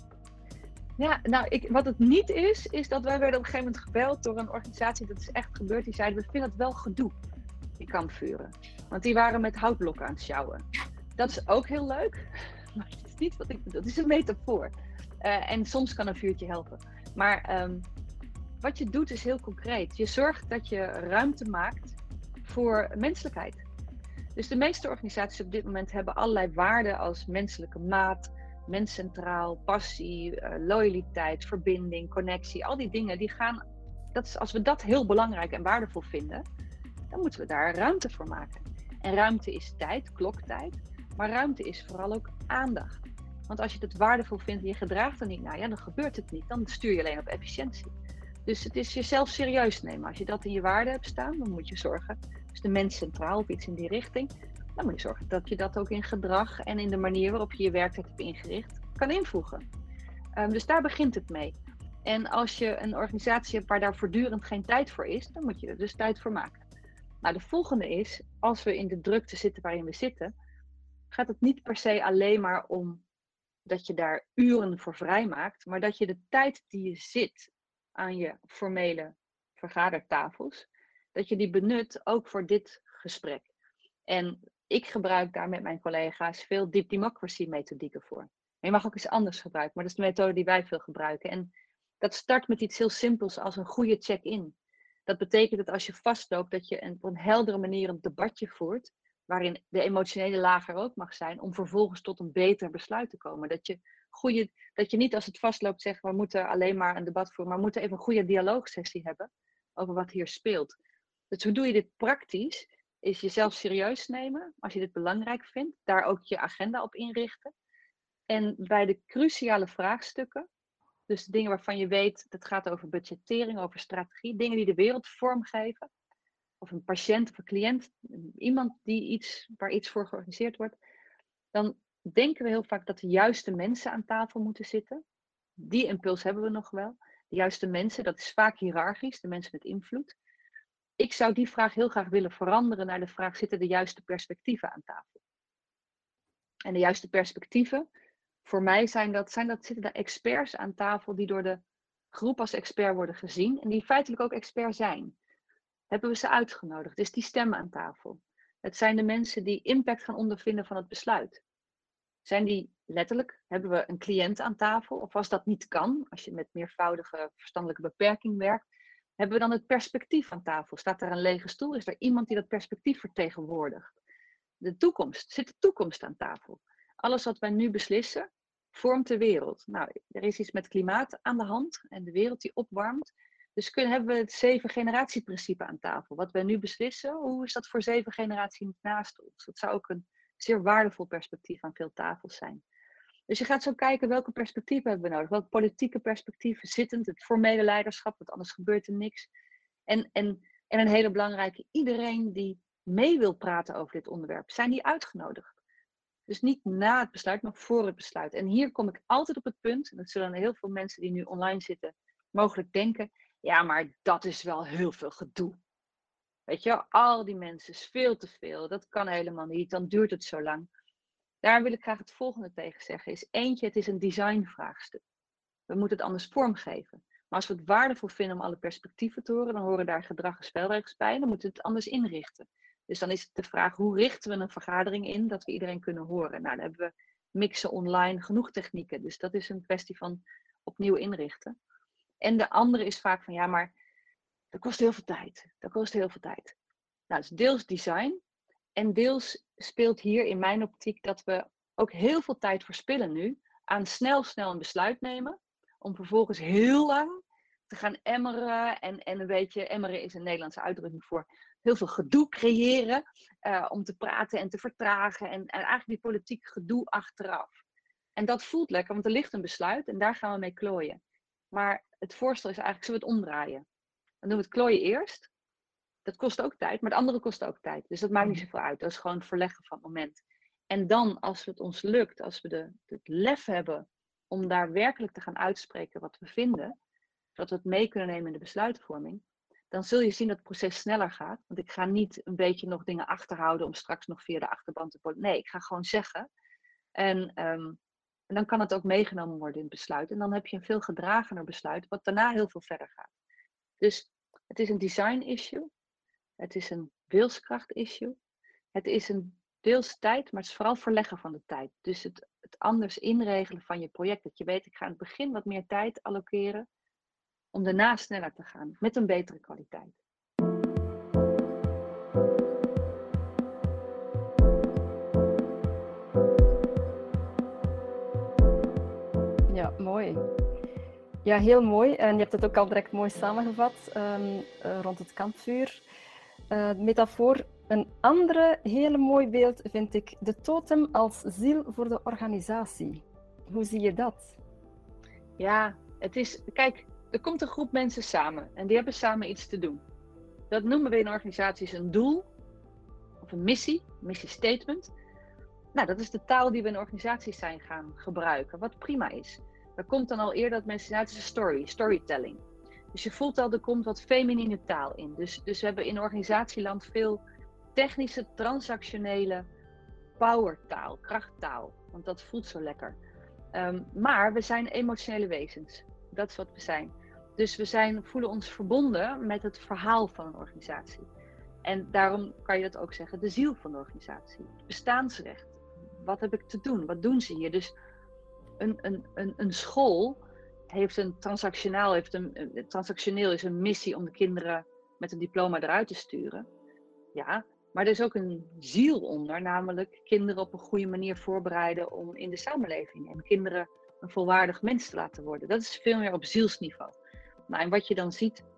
Ja, nou, ik, wat het niet is, is dat wij werden op een gegeven moment gebeld door een organisatie, dat is echt gebeurd, die zeiden, we vinden het wel gedoe, die kampvuren. Want die waren met houtblokken aan het sjouwen. Dat is ook heel leuk, maar dat is niet wat ik bedoel, dat is een metafoor. Uh, en soms kan een vuurtje helpen. Maar um, wat je doet is heel concreet. Je zorgt dat je ruimte maakt voor menselijkheid. Dus de meeste organisaties op dit moment hebben allerlei waarden als menselijke maat, mens centraal, passie, uh, loyaliteit, verbinding, connectie. Al die dingen, die gaan, dat is, als we dat heel belangrijk en waardevol vinden, dan moeten we daar ruimte voor maken. En ruimte is tijd, kloktijd, maar ruimte is vooral ook aandacht. Want als je het waardevol vindt en je gedraagt er niet naar, ja, dan gebeurt het niet. Dan stuur je alleen op efficiëntie. Dus het is jezelf serieus nemen. Als je dat in je waarde hebt staan, dan moet je zorgen, dus de mens centraal of iets in die richting, dan moet je zorgen dat je dat ook in gedrag en in de manier waarop je je werktijd hebt ingericht, kan invoegen. Um, dus daar begint het mee. En als je een organisatie hebt waar daar voortdurend geen tijd voor is, dan moet je er dus tijd voor maken. Nou, de volgende is, als we in de drukte zitten waarin we zitten, gaat het niet per se alleen maar om dat je daar uren voor vrijmaakt, maar dat je de tijd die je zit aan je formele vergadertafels, dat je die benut ook voor dit gesprek. En ik gebruik daar met mijn collega's veel deep democracy methodieken voor. En je mag ook iets anders gebruiken, maar dat is de methode die wij veel gebruiken. En dat start met iets heel simpels als een goede check-in. Dat betekent dat als je vastloopt, dat je op een heldere manier een debatje voert, waarin de emotionele laag er ook mag zijn, om vervolgens tot een beter besluit te komen. Dat je, goede, dat je niet als het vastloopt zegt, we moeten alleen maar een debat voeren, maar we moeten even een goede dialoogsessie hebben, over wat hier speelt. Dus hoe doe je dit praktisch? Is jezelf serieus nemen, als je dit belangrijk vindt, daar ook je agenda op inrichten. En bij de cruciale vraagstukken, dus de dingen waarvan je weet, dat gaat over budgettering, over strategie, dingen die de wereld vormgeven, of een patiënt of een cliënt, iemand die iets, waar iets voor georganiseerd wordt, dan denken we heel vaak dat de juiste mensen aan tafel moeten zitten. Die impuls hebben we nog wel. De juiste mensen, dat is vaak hiërarchisch, de mensen met invloed. Ik zou die vraag heel graag willen veranderen naar de vraag, zitten de juiste perspectieven aan tafel? En de juiste perspectieven, voor mij zijn dat, zijn dat zitten er experts aan tafel die door de groep als expert worden gezien en die feitelijk ook expert zijn. Hebben we ze uitgenodigd? Dus die stemmen aan tafel. Het zijn de mensen die impact gaan ondervinden van het besluit. Zijn die letterlijk, hebben we een cliënt aan tafel? Of als dat niet kan, als je met meervoudige verstandelijke beperking werkt, hebben we dan het perspectief aan tafel? Staat er een lege stoel? Is er iemand die dat perspectief vertegenwoordigt? De toekomst, zit de toekomst aan tafel? Alles wat wij nu beslissen, vormt de wereld. Nou, er is iets met klimaat aan de hand en de wereld die opwarmt. Dus kunnen, hebben we het zeven generatieprincipe aan tafel. Wat wij nu beslissen, hoe is dat voor zeven generaties naast ons? Dat zou ook een zeer waardevol perspectief aan veel tafels zijn. Dus je gaat zo kijken welke perspectieven hebben we nodig. Welke politieke perspectieven, zittend, het formele leiderschap, want anders gebeurt er niks. En, en, en een hele belangrijke, iedereen die mee wil praten over dit onderwerp, zijn die uitgenodigd. Dus niet na het besluit, maar voor het besluit. En hier kom ik altijd op het punt, en dat zullen heel veel mensen die nu online zitten mogelijk denken, ja, maar dat is wel heel veel gedoe. Weet je, al die mensen is veel te veel, dat kan helemaal niet, dan duurt het zo lang. Daar wil ik graag het volgende tegen zeggen, is eentje, het is een designvraagstuk. We moeten het anders vormgeven. Maar als we het waardevol vinden om alle perspectieven te horen, dan horen daar gedrag en spelregels bij, en dan moeten we het anders inrichten. Dus dan is het de vraag, hoe richten we een vergadering in dat we iedereen kunnen horen? Nou, dan hebben we mixen online, genoeg technieken. Dus dat is een kwestie van opnieuw inrichten. En de andere is vaak van, ja, maar dat kost heel veel tijd. Dat kost heel veel tijd. Nou, het is deels design. En deels speelt hier in mijn optiek dat we ook heel veel tijd verspillen nu aan snel, snel een besluit nemen. Om vervolgens heel lang te gaan emmeren. En, en een beetje, emmeren is een Nederlandse uitdrukking voor heel veel gedoe creëren. Uh, om te praten en te vertragen. En, en eigenlijk die politiek gedoe achteraf. En dat voelt lekker, want er ligt een besluit en daar gaan we mee klooien. Maar het voorstel is eigenlijk, zullen we het omdraaien? Dan doen we het klooien eerst. Dat kost ook tijd, maar het andere kost ook tijd. Dus dat maakt niet zoveel uit. Dat is gewoon het verleggen van het moment. En dan, als het ons lukt, als we de, het lef hebben om daar werkelijk te gaan uitspreken wat we vinden, zodat we het mee kunnen nemen in de besluitvorming, dan zul je zien dat het proces sneller gaat. Want ik ga niet een beetje nog dingen achterhouden om straks nog via de achterban te politiek. Nee, ik ga gewoon zeggen. En, um, en dan kan het ook meegenomen worden in het besluit. En dan heb je een veel gedragener besluit, wat daarna heel veel verder gaat. Dus het is een design issue. Het is een wilskracht issue. Het is een deels tijd, maar het is vooral verleggen van de tijd. Dus het, het anders inregelen van je project. Dat je weet, ik ga in het begin wat meer tijd allokeren om daarna sneller te gaan met een betere kwaliteit. Ja, mooi. Ja, heel mooi. En je hebt het ook al direct mooi samengevat um, uh, rond het kampvuur. Uh, metafoor. Een andere hele mooi beeld vind ik de totem als ziel voor de organisatie. Hoe zie je dat? Ja, het is, kijk, er komt een groep mensen samen en die hebben samen iets te doen. Dat noemen we in organisaties een doel of een missie, missiestatement. Nou, dat is de taal die we in organisaties zijn gaan gebruiken, wat prima is. Er komt dan al eerder dat mensen, nou, het is een story, storytelling. Dus je voelt al, er komt wat feminine taal in. Dus, dus we hebben in organisatieland veel technische, transactionele powertaal, krachttaal. Want dat voelt zo lekker. Um, maar we zijn emotionele wezens. Dat is wat we zijn. Dus we zijn, voelen ons verbonden met het verhaal van een organisatie. En daarom kan je dat ook zeggen, de ziel van de organisatie. Het bestaansrecht. Wat heb ik te doen? Wat doen ze hier? Dus een, een, een, een school heeft een transactioneel, heeft een, een, transactioneel is een missie om de kinderen met een diploma eruit te sturen. Ja, maar er is ook een ziel onder, namelijk kinderen op een goede manier voorbereiden om in de samenleving en kinderen een volwaardig mens te laten worden. Dat is veel meer op zielsniveau. Nou, en wat je dan ziet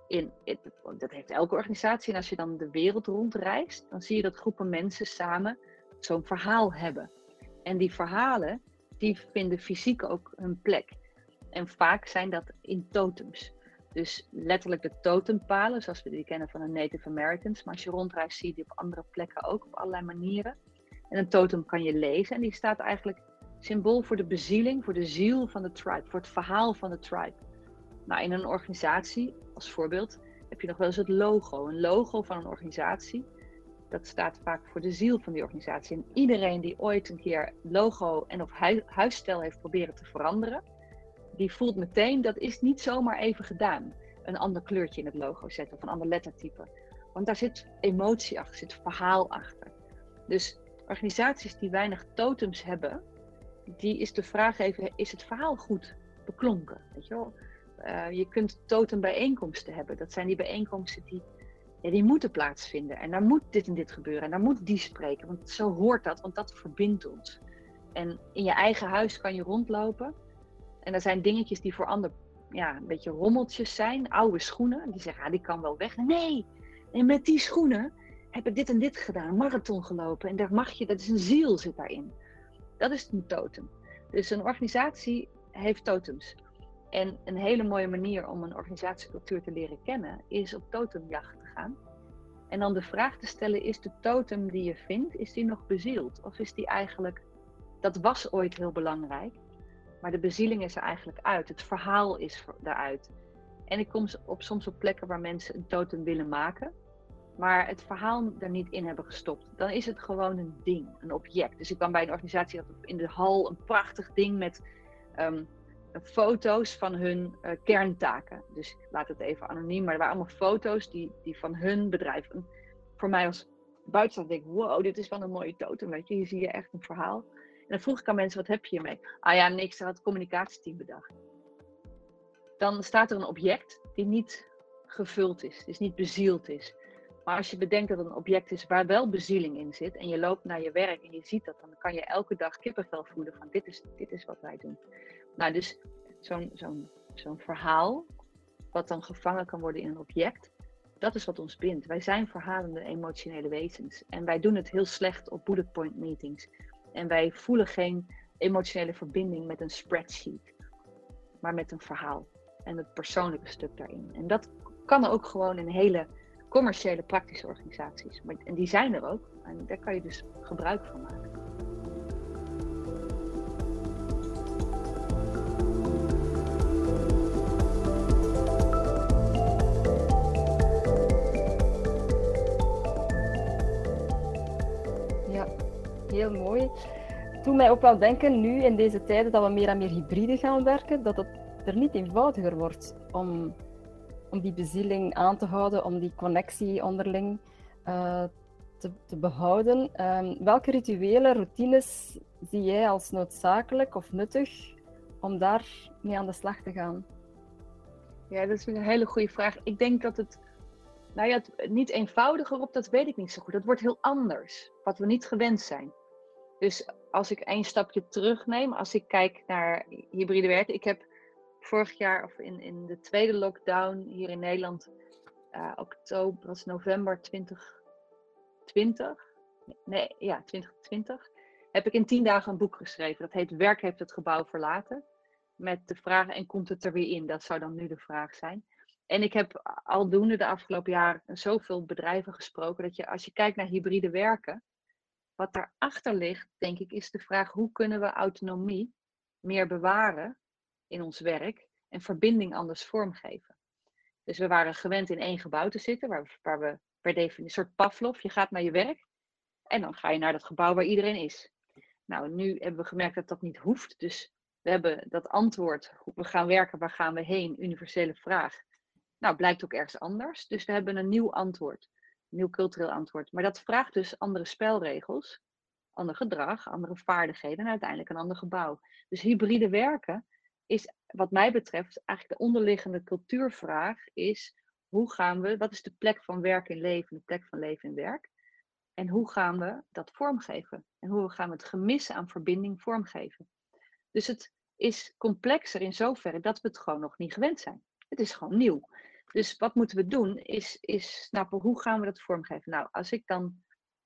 in, in, dat heeft elke organisatie. En als je dan de wereld rondreist, dan zie je dat groepen mensen samen zo'n verhaal hebben. En die verhalen, die vinden fysiek ook hun plek. En vaak zijn dat in totems. Dus letterlijk de totempalen, zoals we die kennen van de Native Americans. Maar als je rondreist, zie je die op andere plekken ook, op allerlei manieren. En een totem kan je lezen. En die staat eigenlijk symbool voor de bezieling, voor de ziel van de tribe. Voor het verhaal van de tribe. Nou, in een organisatie, als voorbeeld, heb je nog wel eens het logo. Een logo van een organisatie, dat staat vaak voor de ziel van die organisatie. En iedereen die ooit een keer logo en of hu- huisstijl heeft proberen te veranderen, die voelt meteen, dat is niet zomaar even gedaan. Een ander kleurtje in het logo zetten of een ander lettertype. Want daar zit emotie achter, zit verhaal achter. Dus organisaties die weinig totems hebben, die is de vraag even, is het verhaal goed beklonken? Weet je wel? Uh, je kunt totembijeenkomsten hebben. Dat zijn die bijeenkomsten die, ja, die moeten plaatsvinden. En daar moet dit en dit gebeuren. En daar moet die spreken. Want zo hoort dat, want dat verbindt ons. En in je eigen huis kan je rondlopen. En er zijn dingetjes die voor anderen, ja, een beetje rommeltjes zijn. Oude schoenen. Die zeggen, ah, die kan wel weg. Nee, en met die schoenen heb ik dit en dit gedaan. Een marathon gelopen. En daar mag je, dat is een ziel zit daarin. Dat is een totem. Dus een organisatie heeft totems. En een hele mooie manier om een organisatiecultuur te leren kennen, is op totemjacht te gaan. En dan de vraag te stellen, is de totem die je vindt, is die nog bezield? Of is die eigenlijk, dat was ooit heel belangrijk, maar de bezieling is er eigenlijk uit. Het verhaal is daaruit. En ik kom op, soms op plekken waar mensen een totem willen maken, maar het verhaal er niet in hebben gestopt. Dan is het gewoon een ding, een object. Dus ik kwam bij een organisatie dat in de hal een prachtig ding met um, foto's van hun uh, kerntaken. Dus ik laat het even anoniem, maar er waren allemaal foto's die, die van hun bedrijf. En voor mij als buitenstaander denk ik, wow, dit is wel een mooie totem, weet je. Hier zie je echt een verhaal. En dan vroeg ik aan mensen, wat heb je hiermee? Ah ja, niks, dat had het communicatieteam bedacht. Dan staat er een object die niet gevuld is, dus niet bezield is. Maar als je bedenkt dat het een object is waar wel bezieling in zit en je loopt naar je werk en je ziet dat, dan kan je elke dag kippenvel voelen van dit is, dit is wat wij doen. Nou, dus zo'n, zo'n, zo'n verhaal, wat dan gevangen kan worden in een object, dat is wat ons bindt. Wij zijn verhalende emotionele wezens en wij doen het heel slecht op bullet point meetings. En wij voelen geen emotionele verbinding met een spreadsheet, maar met een verhaal en het persoonlijke stuk daarin. En dat kan ook gewoon in hele commerciële, praktische organisaties. Maar, en die zijn er ook. En daar kan je dus gebruik van maken. Ja, heel mooi. Doe mij ook wel denken, nu in deze tijden dat we meer en meer hybride gaan werken, dat het er niet eenvoudiger wordt om... om die bezieling aan te houden, om die connectie onderling uh, te, te behouden. Um, welke rituelen, routines zie jij als noodzakelijk of nuttig om daar mee aan de slag te gaan? Ja, dat is een hele goede vraag. Ik denk dat het, nou ja, het niet eenvoudiger op, dat weet ik niet zo goed. Dat wordt heel anders, wat we niet gewend zijn. Dus als ik één stapje terugneem, als ik kijk naar hybride werken, ik heb vorig jaar, of in, in de tweede lockdown hier in Nederland, uh, oktober, dat is november twintig twintig, nee, ja, twintig twintig, heb ik in tien dagen een boek geschreven. Dat heet Werk heeft het gebouw verlaten. Met de vraag, en komt het er weer in? Dat zou dan nu de vraag zijn. En ik heb aldoende de afgelopen jaren zoveel bedrijven gesproken, dat je, als je kijkt naar hybride werken, wat daarachter ligt, denk ik, is de vraag, hoe kunnen we autonomie meer bewaren in ons werk en verbinding anders vormgeven. Dus we waren gewend in één gebouw te zitten, waar we, waar we per definitie, een soort Pavlov, je gaat naar je werk en dan ga je naar dat gebouw waar iedereen is. Nou, nu hebben we gemerkt dat dat niet hoeft, dus we hebben dat antwoord, we gaan werken, waar gaan we heen, universele vraag. Nou, blijkt ook ergens anders, dus we hebben een nieuw antwoord, een nieuw cultureel antwoord. Maar dat vraagt dus andere spelregels, ander gedrag, andere vaardigheden en uiteindelijk een ander gebouw. Dus hybride werken is, wat mij betreft, eigenlijk de onderliggende cultuurvraag is, hoe gaan we, wat is de plek van werk in leven, de plek van leven in werk? En hoe gaan we dat vormgeven? En hoe gaan we het gemis aan verbinding vormgeven? Dus het is complexer in zoverre dat we het gewoon nog niet gewend zijn. Het is gewoon nieuw. Dus wat moeten we doen, is, is snappen hoe gaan we dat vormgeven. Nou, als ik dan,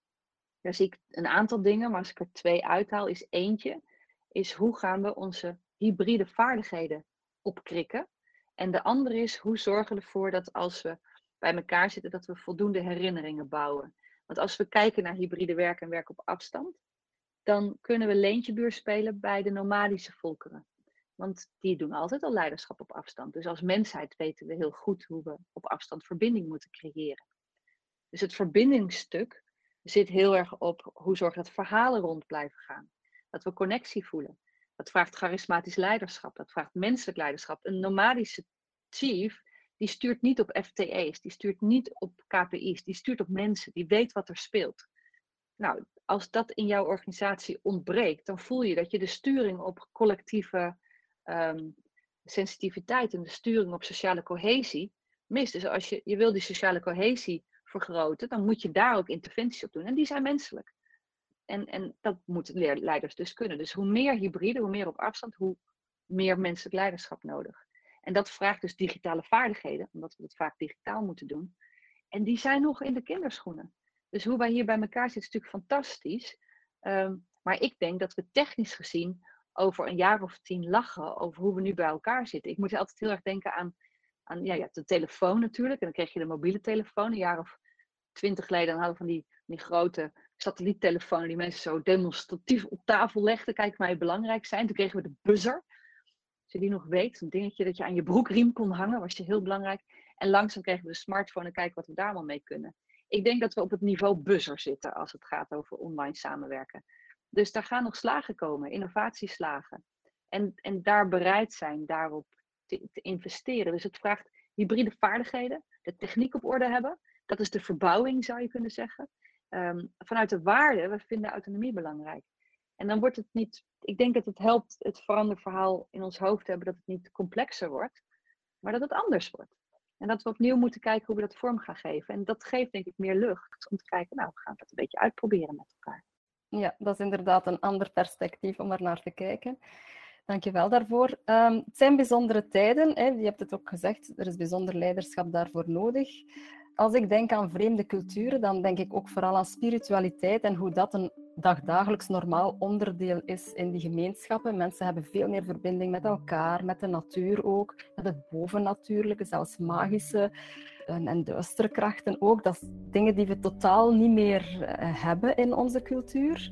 daar zie ik een aantal dingen, maar als ik er twee uithaal, is eentje, is hoe gaan we onze hybride vaardigheden opkrikken. En de andere is, hoe zorgen we ervoor dat als we bij elkaar zitten, dat we voldoende herinneringen bouwen. Want als we kijken naar hybride werk en werk op afstand, dan kunnen we leentjebuur spelen bij de nomadische volkeren. Want die doen altijd al leiderschap op afstand. Dus als mensheid weten we heel goed hoe we op afstand verbinding moeten creëren. Dus het verbindingsstuk zit heel erg op hoe zorgen dat verhalen rond blijven gaan. Dat we connectie voelen. Dat vraagt charismatisch leiderschap. Dat vraagt menselijk leiderschap. Een nomadische chief, die stuurt niet op F T E's. Die stuurt niet op K P I's. Die stuurt op mensen. Die weet wat er speelt. Nou, als dat in jouw organisatie ontbreekt, dan voel je dat je de sturing op collectieve um, sensitiviteit en de sturing op sociale cohesie mist. Dus als je, je wil die sociale cohesie vergroten, dan moet je daar ook interventies op doen. En die zijn menselijk. En, en dat moeten leiders dus kunnen. Dus hoe meer hybride, hoe meer op afstand, hoe meer menselijk leiderschap nodig. En dat vraagt dus digitale vaardigheden, omdat we het vaak digitaal moeten doen. En die zijn nog in de kinderschoenen. Dus hoe wij hier bij elkaar zitten is natuurlijk fantastisch. Um, maar ik denk dat we technisch gezien over een jaar of tien lachen over hoe we nu bij elkaar zitten. Ik moet altijd heel erg denken aan, aan ja, ja, de telefoon natuurlijk. En dan kreeg je de mobiele telefoon. Een jaar of twintig geleden dan hadden we van die, die grote satelliettelefoon die mensen zo demonstratief op tafel legden. Kijk maar, belangrijk zijn. Toen kregen we de buzzer. Als je die nog weet, een dingetje dat je aan je broekriem kon hangen, was je heel belangrijk. En langzaam kregen we de smartphone en kijken wat we daar allemaal mee kunnen. Ik denk dat we op het niveau buzzer zitten als het gaat over online samenwerken. Dus daar gaan nog slagen komen, innovatieslagen. En, en daar bereid zijn daarop te, te investeren. Dus het vraagt hybride vaardigheden, de techniek op orde hebben. Dat is de verbouwing, zou je kunnen zeggen. Um, vanuit de waarde, we vinden autonomie belangrijk. En dan wordt het niet, ik denk dat het helpt het veranderverhaal in ons hoofd hebben, dat het niet complexer wordt, maar dat het anders wordt. En dat we opnieuw moeten kijken hoe we dat vorm gaan geven. En dat geeft denk ik meer lucht om te kijken, nou, we gaan dat een beetje uitproberen met elkaar. Ja, dat is inderdaad een ander perspectief om er naar te kijken. Dank je wel daarvoor. Um, het zijn bijzondere tijden, hè. Je hebt het ook gezegd, er is bijzonder leiderschap daarvoor nodig. Als ik denk aan vreemde culturen, dan denk ik ook vooral aan spiritualiteit en hoe dat een dagdagelijks normaal onderdeel is in die gemeenschappen. Mensen hebben veel meer verbinding met elkaar, met de natuur ook, met het bovennatuurlijke, zelfs magische en, en duistere krachten ook. Dat zijn dingen die we totaal niet meer uh, hebben in onze cultuur.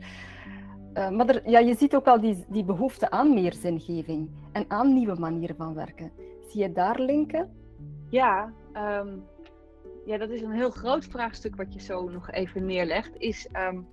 Uh, maar er, ja, je ziet ook wel die, die behoefte aan meer zingeving en aan nieuwe manieren van werken. Zie je daar linken? Ja, um... Ja, dat is een heel groot vraagstuk wat je zo nog even neerlegt. Is, um,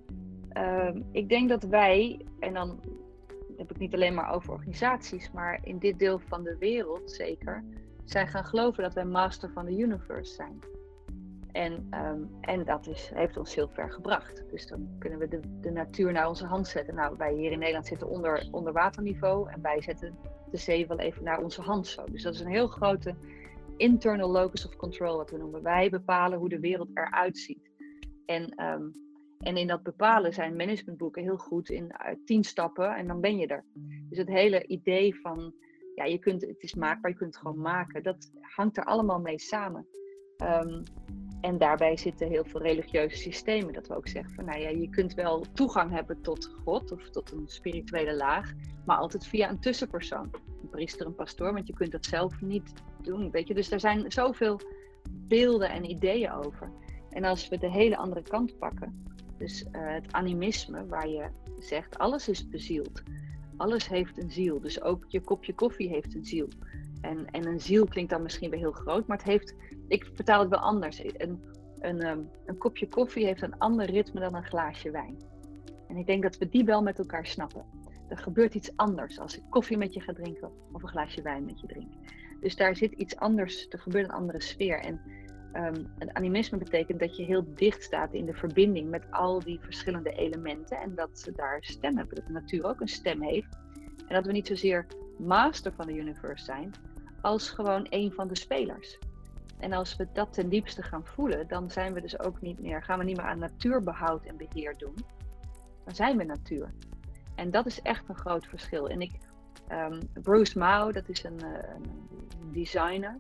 um, ik denk dat wij, en dan heb ik niet alleen maar over organisaties, maar in dit deel van de wereld zeker, zijn gaan geloven dat wij master van de universe zijn. En, um, en dat is, heeft ons heel ver gebracht. Dus dan kunnen we de, de natuur naar onze hand zetten. Nou, wij hier in Nederland zitten onder, onder waterniveau en wij zetten de zee wel even naar onze hand zo. Dus dat is een heel grote internal locus of control, wat we noemen. Wij bepalen hoe de wereld eruit ziet. En, um, en in dat bepalen zijn managementboeken heel goed in uh, tien stappen en dan ben je er. Dus het hele idee van, ja, je kunt, het is maakbaar, je kunt het gewoon maken, dat hangt er allemaal mee samen. Um, en daarbij zitten heel veel religieuze systemen, dat we ook zeggen van, nou ja, je kunt wel toegang hebben tot God of tot een spirituele laag, maar altijd via een tussenpersoon. Een priester, een pastoor, want je kunt dat zelf niet doen, weet je. Dus er zijn zoveel beelden en ideeën over. En als we de hele andere kant pakken, dus uh, het animisme, waar je zegt, alles is bezield. Alles heeft een ziel, dus ook je kopje koffie heeft een ziel. En, en een ziel klinkt dan misschien weer heel groot, maar het heeft, ik vertaal het wel anders. Een, een, um, een kopje koffie heeft een ander ritme dan een glaasje wijn. En ik denk dat we die wel met elkaar snappen. Er gebeurt iets anders als ik koffie met je ga drinken of een glaasje wijn met je drink. Dus daar zit iets anders, er gebeurt een andere sfeer. En um, het animisme betekent dat je heel dicht staat in de verbinding met al die verschillende elementen. En dat ze daar stem hebben, dat de natuur ook een stem heeft. En dat we niet zozeer master van de universe zijn, als gewoon een van de spelers. En als we dat ten diepste gaan voelen, dan zijn we dus ook niet meer, gaan we niet meer aan natuurbehoud en beheer doen. Dan zijn we natuur. En dat is echt een groot verschil. En ik, um, Bruce Mao, dat is een, uh, een designer,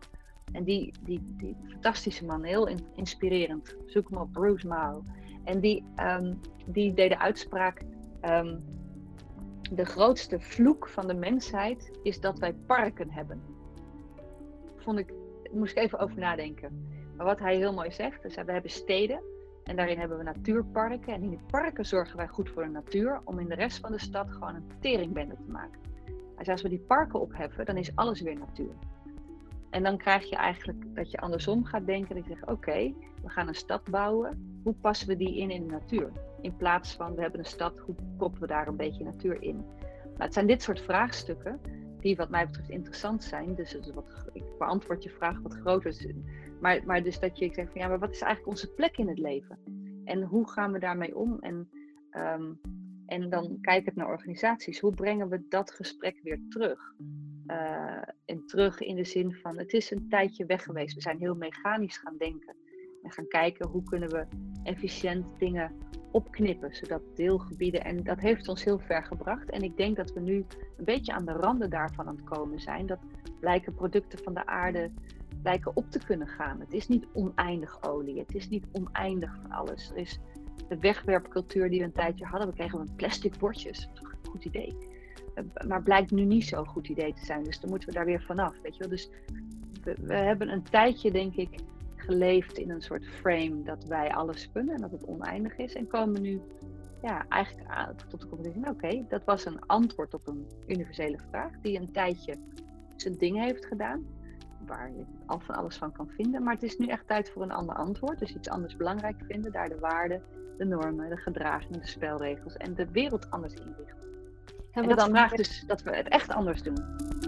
En die, die, die fantastische man, heel in, inspirerend. Zoek hem op, Bruce Mao. En die, um, die deed de uitspraak... Um, de grootste vloek van de mensheid is dat wij parken hebben. Vond ik, daar moest ik even over nadenken. Maar wat hij heel mooi zegt, is dat we hebben steden en daarin hebben we natuurparken. En in die parken zorgen wij goed voor de natuur om in de rest van de stad gewoon een teringbende te maken. Hij zei, als we die parken opheffen, dan is alles weer natuur. En dan krijg je eigenlijk dat je andersom gaat denken. Dat je zegt, oké, okay, we gaan een stad bouwen. Hoe passen we die in in de natuur? In plaats van, we hebben een stad, hoe proppen we daar een beetje natuur in? Nou, het zijn dit soort vraagstukken die wat mij betreft interessant zijn. Dus het is wat, ik beantwoord je vraag wat groter. Maar, maar dus dat je zegt van, ja, maar wat is eigenlijk onze plek in het leven? En hoe gaan we daarmee om? En, um, en dan kijk ik naar organisaties. Hoe brengen we dat gesprek weer terug? Uh, en terug in de zin van, het is een tijdje weg geweest. We zijn heel mechanisch gaan denken. En gaan kijken, hoe kunnen we efficiënt dingen opknippen. Zodat deelgebieden, en dat heeft ons heel ver gebracht. En ik denk dat we nu een beetje aan de randen daarvan aan het komen zijn. Dat blijken producten van de aarde lijken op te kunnen gaan. Het is niet oneindig olie. Het is niet oneindig van alles. Er is de wegwerpcultuur die we een tijdje hadden. We kregen een plastic bordjes. Toch een goed idee. Maar blijkt nu niet zo'n goed idee te zijn. Dus dan moeten we daar weer vanaf. Weet je wel? Dus we, we hebben een tijdje, denk ik, geleefd in een soort frame dat wij alles kunnen en dat het oneindig is. En komen nu ja, eigenlijk aan, tot de conclusie, oké, okay, dat was een antwoord op een universele vraag die een tijdje zijn ding heeft gedaan, waar je al van alles van kan vinden. Maar het is nu echt tijd voor een ander antwoord. Dus iets anders belangrijk vinden, daar de waarden, de normen, de gedragingen, de spelregels en de wereld anders inrichten. En dat dan vraagt dus dat we het echt anders doen.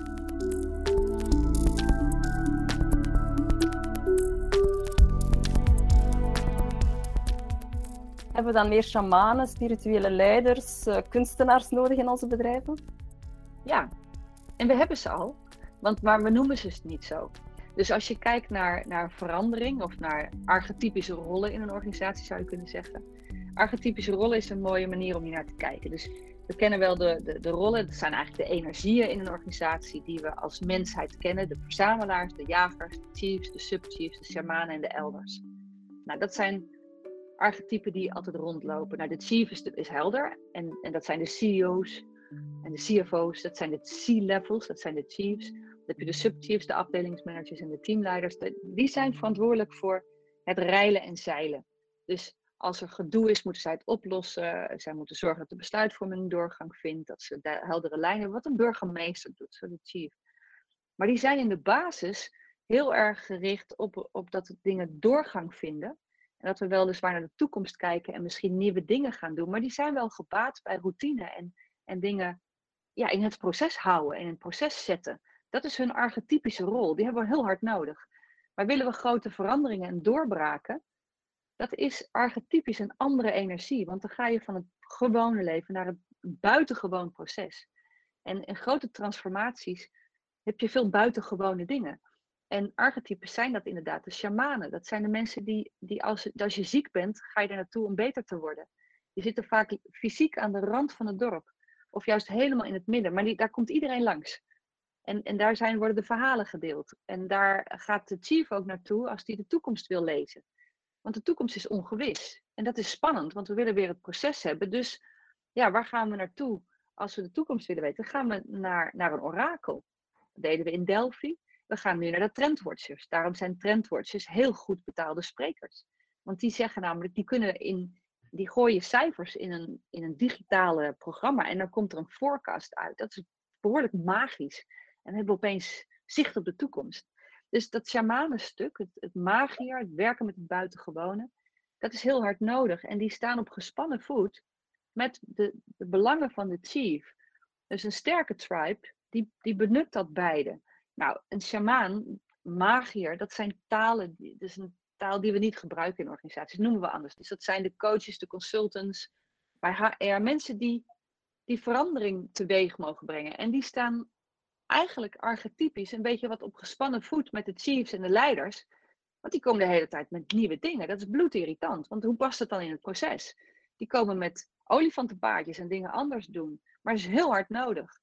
Hebben we dan meer shamanen, spirituele leiders, uh, kunstenaars nodig in onze bedrijven? Ja, en we hebben ze al, want, maar we noemen ze niet zo. Dus als je kijkt naar, naar verandering of naar archetypische rollen in een organisatie, zou je kunnen zeggen. Archetypische rollen is een mooie manier om hier naar te kijken. Dus we kennen wel de, de, de rollen, dat zijn eigenlijk de energieën in een organisatie die we als mensheid kennen. De verzamelaars, de jagers, de chiefs, de subchiefs, de shamanen en de elders. Nou, dat zijn archetypen die altijd rondlopen. Nou, de chief is, is helder en, en dat zijn de C E O's en de C F O's, dat zijn de C-levels, dat zijn de chiefs. Dan heb je de subchiefs, de afdelingsmanagers en de teamleiders. Die zijn verantwoordelijk voor het reilen en zeilen. Dus als er gedoe is, moeten zij het oplossen. Zij moeten zorgen dat de besluitvorming doorgang vindt, dat ze de heldere lijnen hebben, wat een burgemeester doet, zo de chief. Maar die zijn in de basis heel erg gericht op, op dat dingen doorgang vinden. En dat we weliswaar naar de toekomst kijken en misschien nieuwe dingen gaan doen. Maar die zijn wel gebaat bij routine en, en dingen ja, in het proces houden en in het proces zetten. Dat is hun archetypische rol. Die hebben we heel hard nodig. Maar willen we grote veranderingen en doorbraken, dat is archetypisch een andere energie. Want dan ga je van het gewone leven naar het buitengewoon proces. En in grote transformaties heb je veel buitengewone dingen. En archetypes zijn dat inderdaad de shamanen. Dat zijn de mensen die, die als, als je ziek bent, ga je er naartoe om beter te worden. Die zitten vaak fysiek aan de rand van het dorp. Of juist helemaal in het midden. Maar die, daar komt iedereen langs. En, en daar zijn, worden de verhalen gedeeld. En daar gaat de chief ook naartoe als hij de toekomst wil lezen. Want de toekomst is ongewis. En dat is spannend, want we willen weer het proces hebben. Dus ja, waar gaan we naartoe als we de toekomst willen weten? Dan gaan we naar, naar een orakel. Dat deden we in Delphi. We gaan nu naar de trendwatchers. Daarom zijn trendwatchers heel goed betaalde sprekers. Want die zeggen namelijk, die kunnen in, die gooien cijfers in een, in een digitale programma. En dan komt er een forecast uit. Dat is behoorlijk magisch. En dan hebben we opeens zicht op de toekomst. Dus dat shamanenstuk, het, het magier, het werken met het buitengewone, dat is heel hard nodig. En die staan op gespannen voet met de, de belangen van de chief. Dus een sterke tribe, die, die benut dat beide. Nou, een shamaan, magier, dat zijn talen, dat is een taal die we niet gebruiken in organisaties, dat noemen we anders. Dus dat zijn de coaches, de consultants, bij H R, mensen die, die verandering teweeg mogen brengen. En die staan eigenlijk archetypisch een beetje wat op gespannen voet met de chiefs en de leiders. Want die komen de hele tijd met nieuwe dingen. Dat is bloedirritant, want hoe past het dan in het proces? Die komen met olifantenpaardjes en dingen anders doen. Maar het is heel hard nodig.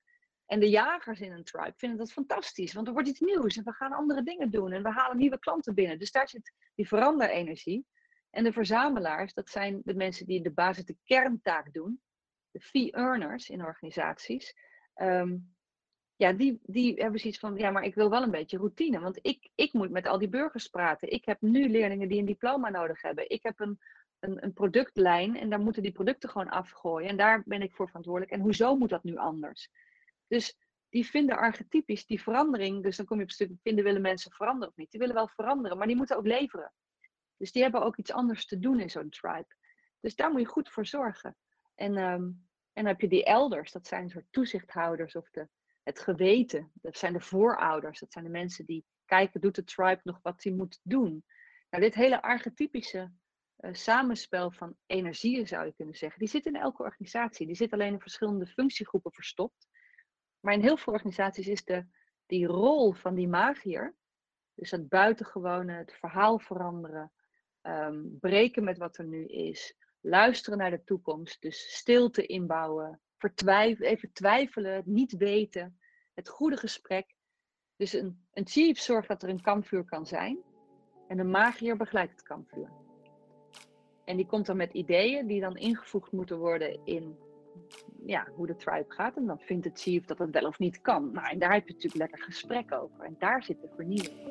En de jagers in een tribe vinden dat fantastisch, want er wordt iets nieuws en we gaan andere dingen doen en we halen nieuwe klanten binnen. Dus daar zit die veranderenergie. En de verzamelaars, dat zijn de mensen die de basis de kerntaak doen, de fee earners in organisaties. Um, ja, die, die hebben zoiets van, ja, maar ik wil wel een beetje routine, want ik, ik moet met al die burgers praten. Ik heb nu leerlingen die een diploma nodig hebben. Ik heb een, een, een productlijn en daar moeten die producten gewoon afgooien. En daar ben ik voor verantwoordelijk. En hoezo moet dat nu anders? Dus die vinden archetypisch die verandering. Dus dan kom je op een stuk, vinden willen mensen veranderen of niet? Die willen wel veranderen, maar die moeten ook leveren. Dus die hebben ook iets anders te doen in zo'n tribe. Dus daar moet je goed voor zorgen. En, um, en dan heb je die elders, dat zijn een soort toezichthouders of de, het geweten. Dat zijn de voorouders, dat zijn de mensen die kijken, doet de tribe nog wat hij moet doen? Nou, dit hele archetypische uh, samenspel van energieën zou je kunnen zeggen, die zit in elke organisatie. Die zit alleen in verschillende functiegroepen verstopt. Maar in heel veel organisaties is de, die rol van die magier, dus het buitengewone, het verhaal veranderen, um, breken met wat er nu is, luisteren naar de toekomst, dus stilte inbouwen, vertwijf, even twijfelen, het niet weten, het goede gesprek. Dus een, een chief zorgt dat er een kampvuur kan zijn en een magier begeleidt het kampvuur. En die komt dan met ideeën die dan ingevoegd moeten worden in ja, hoe de tribe gaat. En dan vindt de chief dat het wel of niet kan. Nou, en daar heb je natuurlijk lekker gesprek over. En daar zit de vernieuwing.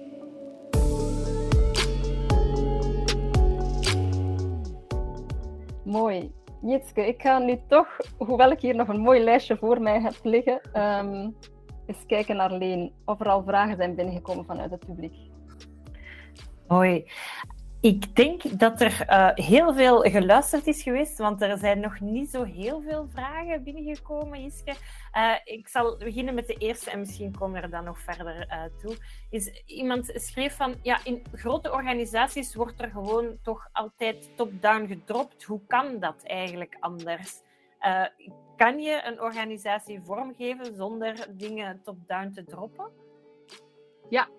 Mooi. Jitske, ik ga nu toch, hoewel ik hier nog een mooi lijstje voor mij heb liggen, um, eens kijken naar Leen of er al vragen zijn binnengekomen vanuit het publiek. Mooi. Ik denk dat er uh, heel veel geluisterd is geweest, want er zijn nog niet zo heel veel vragen binnengekomen, Jiske. Uh, ik zal beginnen met de eerste en misschien komen we er dan nog verder uh, toe. Is, iemand schreef van, ja, in grote organisaties wordt er gewoon toch altijd top-down gedropt. Hoe kan dat eigenlijk anders? Uh, kan je een organisatie vormgeven zonder dingen top-down te droppen? Ja.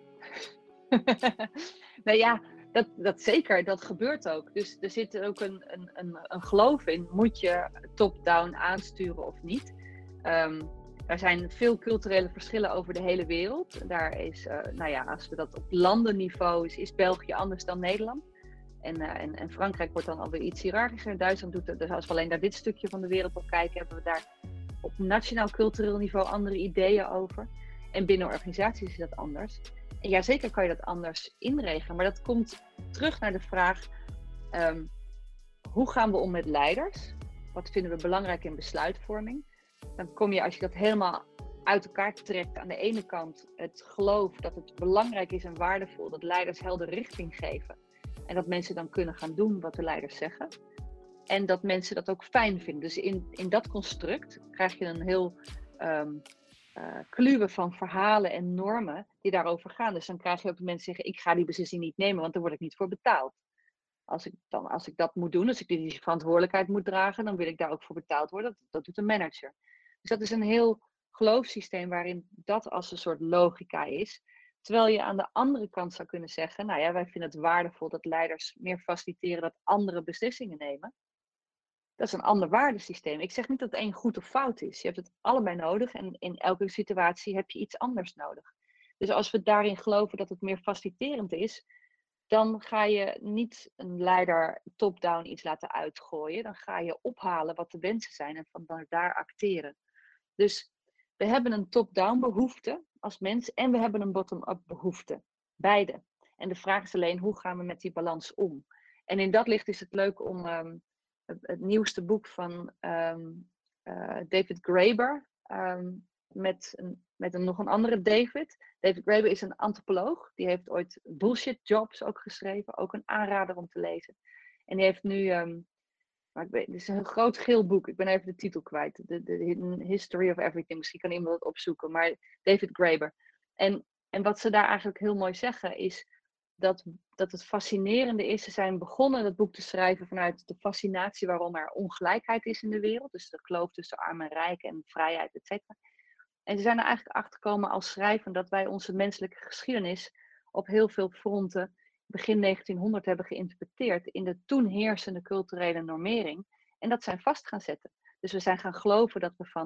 Nou ja... Dat, dat zeker, dat gebeurt ook. Dus er zit ook een, een, een, een geloof in. Moet je top-down aansturen of niet? Um, er zijn veel culturele verschillen over de hele wereld. Daar is, uh, nou ja, als we dat op landenniveau is, is België anders dan Nederland. En, uh, en, en Frankrijk wordt dan alweer iets hiërarchischer. Duitsland doet het, dus als we alleen naar dit stukje van de wereld op kijken, hebben we daar op nationaal cultureel niveau andere ideeën over. En binnen organisaties is dat anders. En ja, zeker kan je dat anders inregelen, maar dat komt terug naar de vraag, um, hoe gaan we om met leiders? Wat vinden we belangrijk in besluitvorming? Dan kom je, als je dat helemaal uit elkaar trekt, aan de ene kant het geloof dat het belangrijk is en waardevol dat leiders helder richting geven. En dat mensen dan kunnen gaan doen wat de leiders zeggen. En dat mensen dat ook fijn vinden. Dus in, in dat construct krijg je een heel... Um, Uh, kluwen van verhalen en normen die daarover gaan. Dus dan krijg je ook mensen zeggen, ik ga die beslissing niet nemen, want daar word ik niet voor betaald. Als ik, dan, als ik dat moet doen, als ik die verantwoordelijkheid moet dragen, dan wil ik daar ook voor betaald worden. Dat, dat doet een manager. Dus dat is een heel geloofssysteem waarin dat als een soort logica is. Terwijl je aan de andere kant zou kunnen zeggen, nou ja, wij vinden het waardevol dat leiders meer faciliteren dat andere beslissingen nemen. Dat is een ander waardesysteem. Ik zeg niet dat het een goed of fout is. Je hebt het allebei nodig en in elke situatie heb je iets anders nodig. Dus als we daarin geloven dat het meer faciliterend is, dan ga je niet een leider top-down iets laten uitgooien. Dan ga je ophalen wat de wensen zijn en van daar acteren. Dus we hebben een top-down behoefte als mens en we hebben een bottom-up behoefte. Beide. En de vraag is alleen, hoe gaan we met die balans om? En in dat licht is het leuk om... Um, Het, het nieuwste boek van um, uh, David Graeber, um, met, een, met een, nog een andere David. David Graeber is een antropoloog, die heeft ooit Bullshit Jobs ook geschreven, ook een aanrader om te lezen. En die heeft nu, um, maar ik weet, het is een groot geel boek, ik ben even de titel kwijt, The, the Hidden History of Everything, misschien kan iemand het opzoeken, maar David Graeber. En, en wat ze daar eigenlijk heel mooi zeggen is, Dat, dat het fascinerende is, ze zijn begonnen dat boek te schrijven vanuit de fascinatie waarom er ongelijkheid is in de wereld. Dus de kloof tussen arm en rijk en vrijheid, et cetera. En ze zijn er eigenlijk achter gekomen als schrijver dat wij onze menselijke geschiedenis op heel veel fronten begin negentienhonderd hebben geïnterpreteerd in de toen heersende culturele normering. En dat zijn vast gaan zetten. Dus we zijn gaan geloven dat we van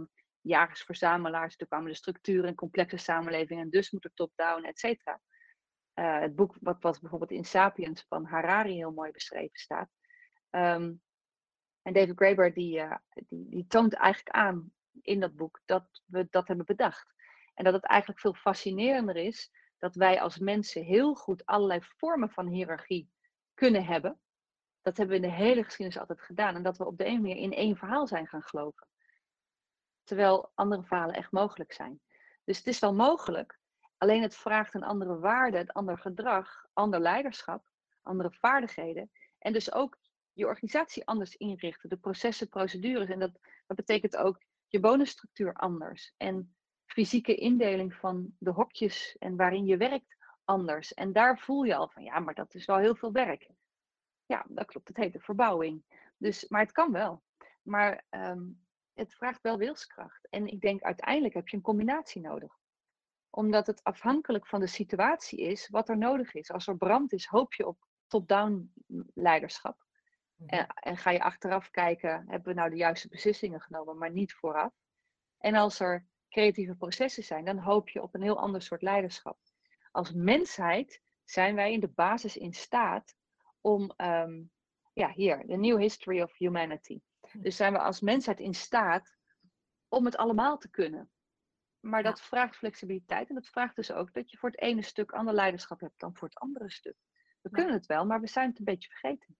jagers-verzamelaars. Toen kwamen de structuren en complexe samenlevingen en dus moet er top-down, et cetera. Uh, het boek wat, wat bijvoorbeeld in Sapiens van Harari heel mooi beschreven staat. Um, en David Graeber die, uh, die, die toont eigenlijk aan in dat boek dat we dat hebben bedacht. En dat het eigenlijk veel fascinerender is dat wij als mensen heel goed allerlei vormen van hiërarchie kunnen hebben. Dat hebben we in de hele geschiedenis altijd gedaan. En dat we op de ene manier in één verhaal zijn gaan geloven. Terwijl andere verhalen echt mogelijk zijn. Dus het is wel mogelijk. Alleen het vraagt een andere waarde, een ander gedrag, ander leiderschap, andere vaardigheden. En dus ook je organisatie anders inrichten. De processen, procedures. En dat, dat betekent ook je bonusstructuur anders. En fysieke indeling van de hokjes en waarin je werkt anders. En daar voel je al van, ja, maar dat is wel heel veel werk. Ja, dat klopt. Het heet de verbouwing. Dus, maar het kan wel. Maar um, het vraagt wel wilskracht. En ik denk uiteindelijk heb je een combinatie nodig. Omdat het afhankelijk van de situatie is wat er nodig is. Als er brand is, hoop je op top-down leiderschap. Mm-hmm. En, en ga je achteraf kijken, hebben we nou de juiste beslissingen genomen, maar niet vooraf. En als er creatieve processen zijn, dan hoop je op een heel ander soort leiderschap. Als mensheid zijn wij in de basis in staat om, um, ja hier, the new history of humanity. Dus zijn we als mensheid in staat om het allemaal te kunnen. Maar dat ja. vraagt flexibiliteit en dat vraagt dus ook dat je voor het ene stuk ander leiderschap hebt dan voor het andere stuk. We ja. kunnen het wel, maar we zijn het een beetje vergeten.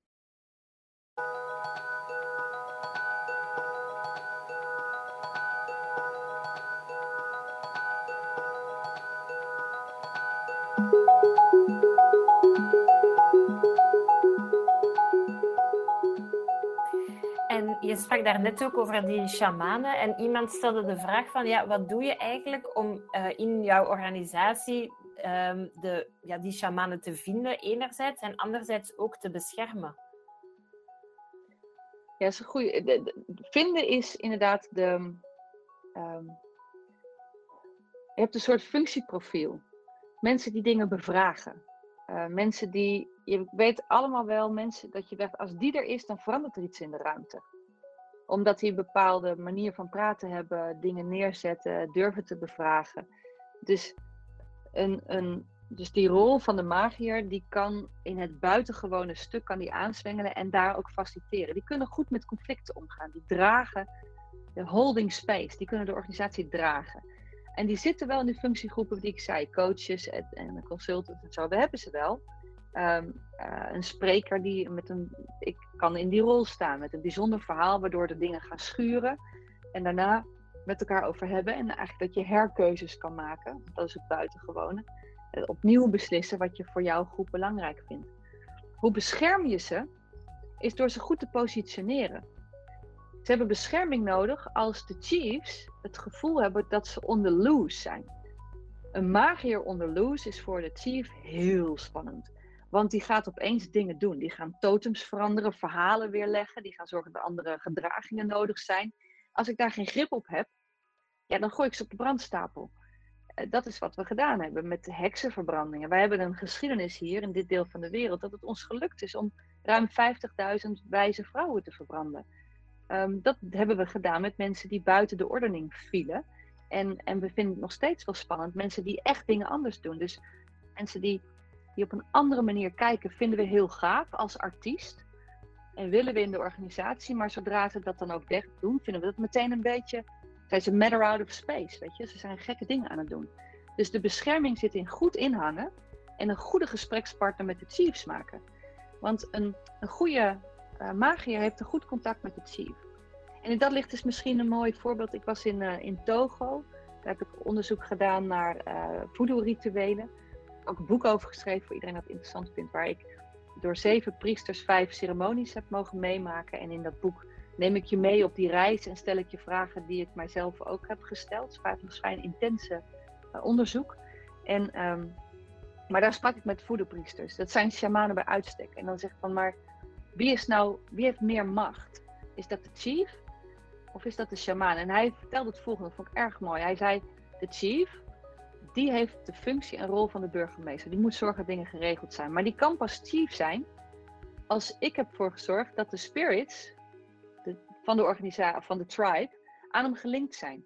En je sprak daar net ook over die shamanen en iemand stelde de vraag van, ja, wat doe je eigenlijk om uh, in jouw organisatie um, de, ja, die shamanen te vinden, enerzijds, en anderzijds ook te beschermen? Ja, dat is een goeie. De, de, vinden is inderdaad de... Um, je hebt een soort functieprofiel. Mensen die dingen bevragen. Uh, mensen die... Je weet allemaal wel, mensen dat je weet, als die er is, dan verandert er iets in de ruimte. Omdat die een bepaalde manier van praten hebben, dingen neerzetten, durven te bevragen. Dus, een, een, dus die rol van de magiër, die kan in het buitengewone stuk kan die aanzwengelen en daar ook faciliteren. Die kunnen goed met conflicten omgaan. Die dragen de holding space, die kunnen de organisatie dragen. En die zitten wel in de functiegroepen die ik zei, coaches en, en consultants en zo, we hebben ze wel. Um, uh, een spreker die met een, ik kan in die rol staan met een bijzonder verhaal waardoor de dingen gaan schuren en daarna met elkaar over hebben en eigenlijk dat je herkeuzes kan maken, dat is het buitengewone, uh, opnieuw beslissen wat je voor jouw groep belangrijk vindt. Hoe bescherm je ze? Is door ze goed te positioneren. Ze hebben bescherming nodig als de chiefs het gevoel hebben dat ze on the loose zijn. Een magiër on the loose is voor de chief heel spannend. Want die gaat opeens dingen doen. Die gaan totems veranderen, verhalen weerleggen. Die gaan zorgen dat er andere gedragingen nodig zijn. Als ik daar geen grip op heb, ja, dan gooi ik ze op de brandstapel. Uh, dat is wat we gedaan hebben met de heksenverbrandingen. Wij hebben een geschiedenis hier in dit deel van de wereld dat het ons gelukt is om ruim vijftigduizend wijze vrouwen te verbranden. Um, dat hebben we gedaan met mensen die buiten de ordening vielen. En, en we vinden het nog steeds wel spannend. Mensen die echt dingen anders doen. Dus mensen die... die op een andere manier kijken, vinden we heel gaaf als artiest. En willen we in de organisatie, maar zodra ze dat dan ook echt doen, vinden we dat meteen een beetje, zijn ze matter out of space, weet je. Ze zijn gekke dingen aan het doen. Dus de bescherming zit in goed inhangen en een goede gesprekspartner met de chiefs maken. Want een, een goede uh, magiër heeft een goed contact met de chief. En in dat licht is misschien een mooi voorbeeld. Ik was in, uh, in Togo, daar heb ik onderzoek gedaan naar uh, voodoo-rituelen. Ook een boek over geschreven voor iedereen dat het interessant vindt, waar ik door zeven priesters vijf ceremonies heb mogen meemaken. En in dat boek neem ik je mee op die reis en stel ik je vragen die ik mijzelf ook heb gesteld. Het is vrij een intense uh, onderzoek. En, um, maar daar sprak ik met voodoo-priesters. Dat zijn shamanen bij uitstek. En dan zeg ik van, maar wie is nou, wie heeft meer macht? Is dat de chief of is dat de shaman? En hij vertelde het volgende, dat vond ik erg mooi. Hij zei, de chief, die heeft de functie en rol van de burgemeester. Die moet zorgen dat dingen geregeld zijn. Maar die kan pas chief zijn als ik heb ervoor gezorgd dat de spirits de, van de organisatie, van de tribe, aan hem gelinkt zijn.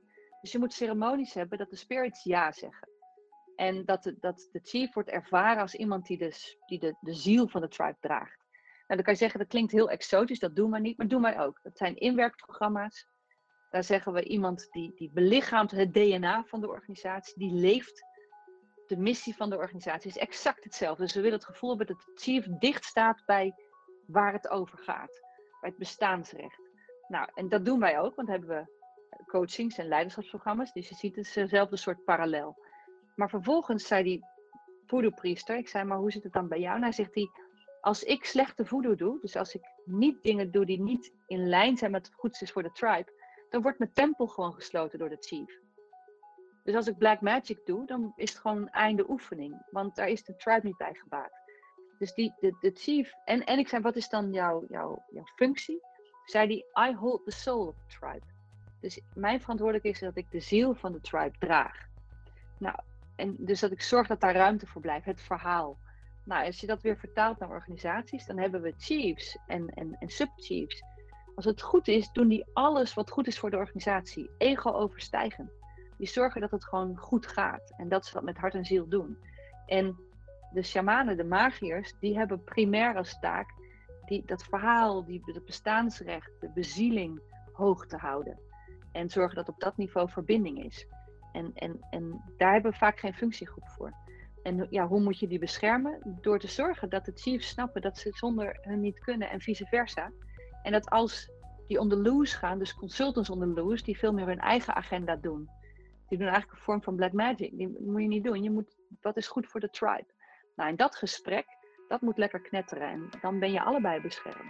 Dus je moet ceremonies hebben dat de spirits ja zeggen. En dat de, dat de chief wordt ervaren als iemand die, de, die de, de ziel van de tribe draagt. Nou, dan kan je zeggen, dat klinkt heel exotisch, dat doen wij niet, maar doen wij ook. Dat zijn inwerkprogramma's. Daar zeggen we iemand die, die belichaamt het D N A van de organisatie, die leeft de missie van de organisatie. Is exact hetzelfde. Dus we willen het gevoel hebben dat de chief dicht staat bij waar het over gaat. Bij het bestaansrecht. Nou, en dat doen wij ook, want dan hebben we coachings en leiderschapsprogramma's. Dus je ziet het dezelfde soort parallel. Maar vervolgens zei die voodoo-priester, ik zei, maar hoe zit het dan bij jou? En hij zegt, die, als ik slechte voodoo doe, dus als ik niet dingen doe die niet in lijn zijn met wat goed is voor de tribe, dan wordt mijn tempel gewoon gesloten door de chief. Dus als ik black magic doe, dan is het gewoon een einde oefening. Want daar is de tribe niet bij gebaat. Dus die, de, de chief, en, en ik zei, wat is dan jouw, jouw, jouw functie? Zei die, I hold the soul of the tribe. Dus mijn verantwoordelijkheid is dat ik de ziel van de tribe draag. Nou, en dus dat ik zorg dat daar ruimte voor blijft, het verhaal. Nou, als je dat weer vertaalt naar organisaties, dan hebben we chiefs en, en, en subchiefs. Als het goed is, doen die alles wat goed is voor de organisatie. Ego overstijgend. Die zorgen dat het gewoon goed gaat. En dat ze dat met hart en ziel doen. En de shamanen, de magiërs, die hebben primair als taak die, dat verhaal, die, het bestaansrecht, de bezieling hoog te houden. En zorgen dat op dat niveau verbinding is. En, en, en daar hebben we vaak geen functiegroep voor. En ja, hoe moet je die beschermen? Door te zorgen dat de chiefs snappen dat ze zonder hun niet kunnen en vice versa. En dat als die on the loose gaan, dus consultants on the loose, die veel meer hun eigen agenda doen. Die doen eigenlijk een vorm van black magic. Die moet je niet doen. Je moet, wat is goed voor de tribe? Nou, en dat gesprek, dat moet lekker knetteren. En dan ben je allebei beschermd.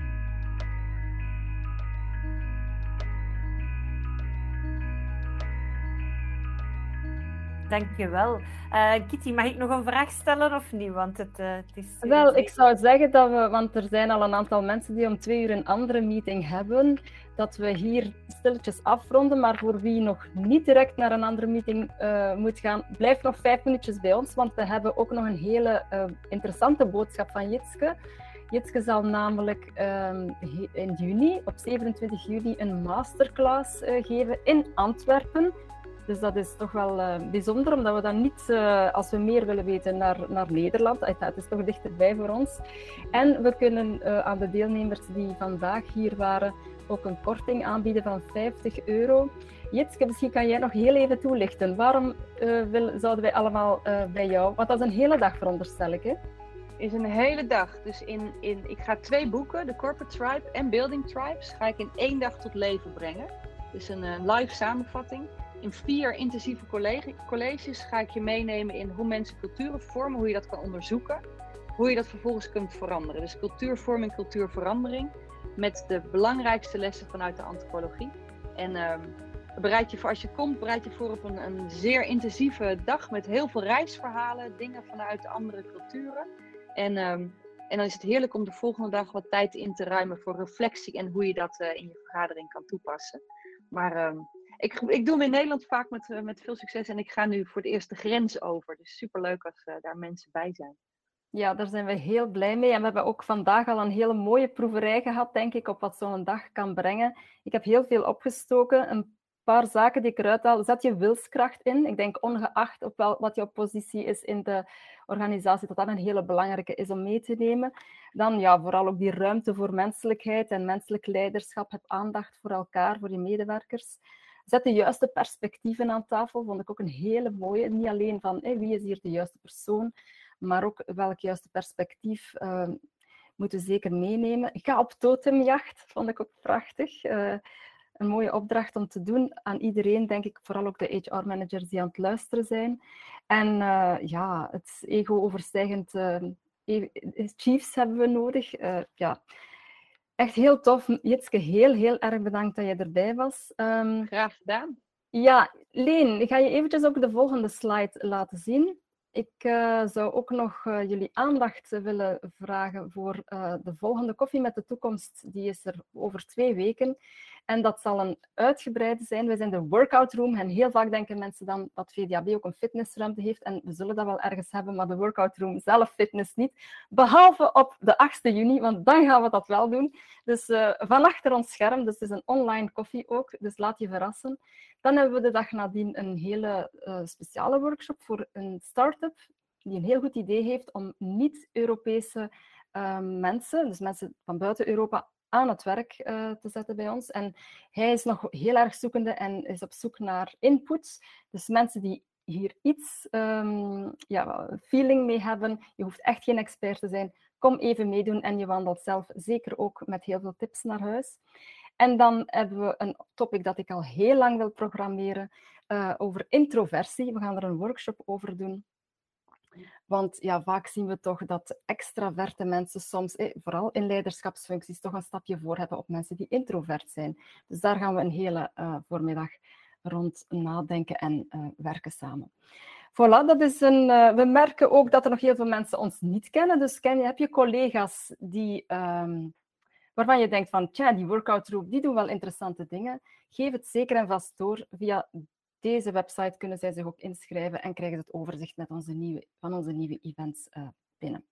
Dankjewel. Uh, Kitty, mag ik nog een vraag stellen of niet? Want het, uh, het is... Wel, ik zou zeggen dat we, want er zijn al een aantal mensen die om twee uur een andere meeting hebben, dat we hier stilletjes afronden. Maar voor wie nog niet direct naar een andere meeting uh, moet gaan, blijf nog vijf minuutjes bij ons, want we hebben ook nog een hele uh, interessante boodschap van Jitske. Jitske zal namelijk um, in juni, op zevenentwintig juni, een masterclass uh, geven in Antwerpen. Dus dat is toch wel uh, bijzonder, omdat we dan niet, uh, als we meer willen weten, naar, naar Nederland. Het is toch dichterbij voor ons. En we kunnen uh, aan de deelnemers die vandaag hier waren ook een korting aanbieden van vijftig euro. Jitske, misschien kan jij nog heel even toelichten. Waarom uh, wil, zouden wij allemaal uh, bij jou? Want dat is een hele dag, veronderstel ik, hè? Is een hele dag. Dus in, in, ik ga twee boeken, The Corporate Tribe en Building Tribes, ga ik in één dag tot leven brengen. Dus een uh, live samenvatting. In vier intensieve college, colleges ga ik je meenemen in hoe mensen culturen vormen, hoe je dat kan onderzoeken, hoe je dat vervolgens kunt veranderen. Dus cultuurvorming, cultuurverandering, met de belangrijkste lessen vanuit de antropologie. En uh, bereid je voor, als je komt, bereid je voor op een, een zeer intensieve dag met heel veel reisverhalen, dingen vanuit andere culturen. En, um, en dan is het heerlijk om de volgende dag wat tijd in te ruimen voor reflectie en hoe je dat uh, in je vergadering kan toepassen. Maar um, ik, ik doe hem in Nederland vaak met, uh, met veel succes en ik ga nu voor het eerst de grens over. Dus superleuk als uh, daar mensen bij zijn. Ja, daar zijn we heel blij mee. En we hebben ook vandaag al een hele mooie proeverij gehad, denk ik, op wat zo'n dag kan brengen. Ik heb heel veel opgestoken. Een paar zaken die ik eruit haal. Zet je wilskracht in. Ik denk ongeacht op wel, wat jouw positie is in de organisatie, dat dat een hele belangrijke is om mee te nemen. Dan ja, vooral ook die ruimte voor menselijkheid en menselijk leiderschap. Heb aandacht voor elkaar, voor je medewerkers. Zet de juiste perspectieven aan tafel. Vond ik ook een hele mooie. Niet alleen van hey, wie is hier de juiste persoon, maar ook welk juiste perspectief uh, moeten we zeker meenemen. Ga op totemjacht. Vond ik ook prachtig. Uh, Een mooie opdracht om te doen aan iedereen, denk ik, vooral ook de H R-managers die aan het luisteren zijn. En uh, ja, het ego-overstijgend uh, chiefs hebben we nodig. Uh, ja. Echt heel tof. Jitske, heel, heel erg bedankt dat je erbij was. Um, Graag gedaan. Ja, Leen, ik ga je eventjes ook de volgende slide laten zien. Ik uh, zou ook nog uh, jullie aandacht willen vragen voor uh, de volgende Koffie met de Toekomst. Die is er over twee weken. En dat zal een uitgebreide zijn. We zijn de workout room. En heel vaak denken mensen dan dat V D A B ook een fitnessruimte heeft. En we zullen dat wel ergens hebben, maar de workout room zelf fitness niet. Behalve op de achtste juni, want dan gaan we dat wel doen. Dus uh, van achter ons scherm. Dus het is een online koffie ook. Dus laat je verrassen. Dan hebben we de dag nadien een hele uh, speciale workshop voor een start-up die een heel goed idee heeft om niet-Europese uh, mensen, dus mensen van buiten Europa, aan het werk uh, te zetten bij ons. En hij is nog heel erg zoekende en is op zoek naar input. Dus mensen die hier iets um, ja, feeling mee hebben, je hoeft echt geen expert te zijn, kom even meedoen en je wandelt zelf zeker ook met heel veel tips naar huis. En dan hebben we een topic dat ik al heel lang wil programmeren uh, over introversie. We gaan er een workshop over doen. Want ja, vaak zien we toch dat extraverte mensen soms, eh, vooral in leiderschapsfuncties, toch een stapje voor hebben op mensen die introvert zijn. Dus daar gaan we een hele uh, voormiddag rond nadenken en uh, werken samen. Voilà, dat is een, uh, we merken ook dat er nog heel veel mensen ons niet kennen. Dus ken je, heb je collega's die, um, waarvan je denkt van, tja, die workoutgroep, die doen wel interessante dingen. Geef het zeker en vast door. Via deze website kunnen zij zich ook inschrijven en krijgen ze het overzicht met onze nieuwe, van onze nieuwe events uh, binnen.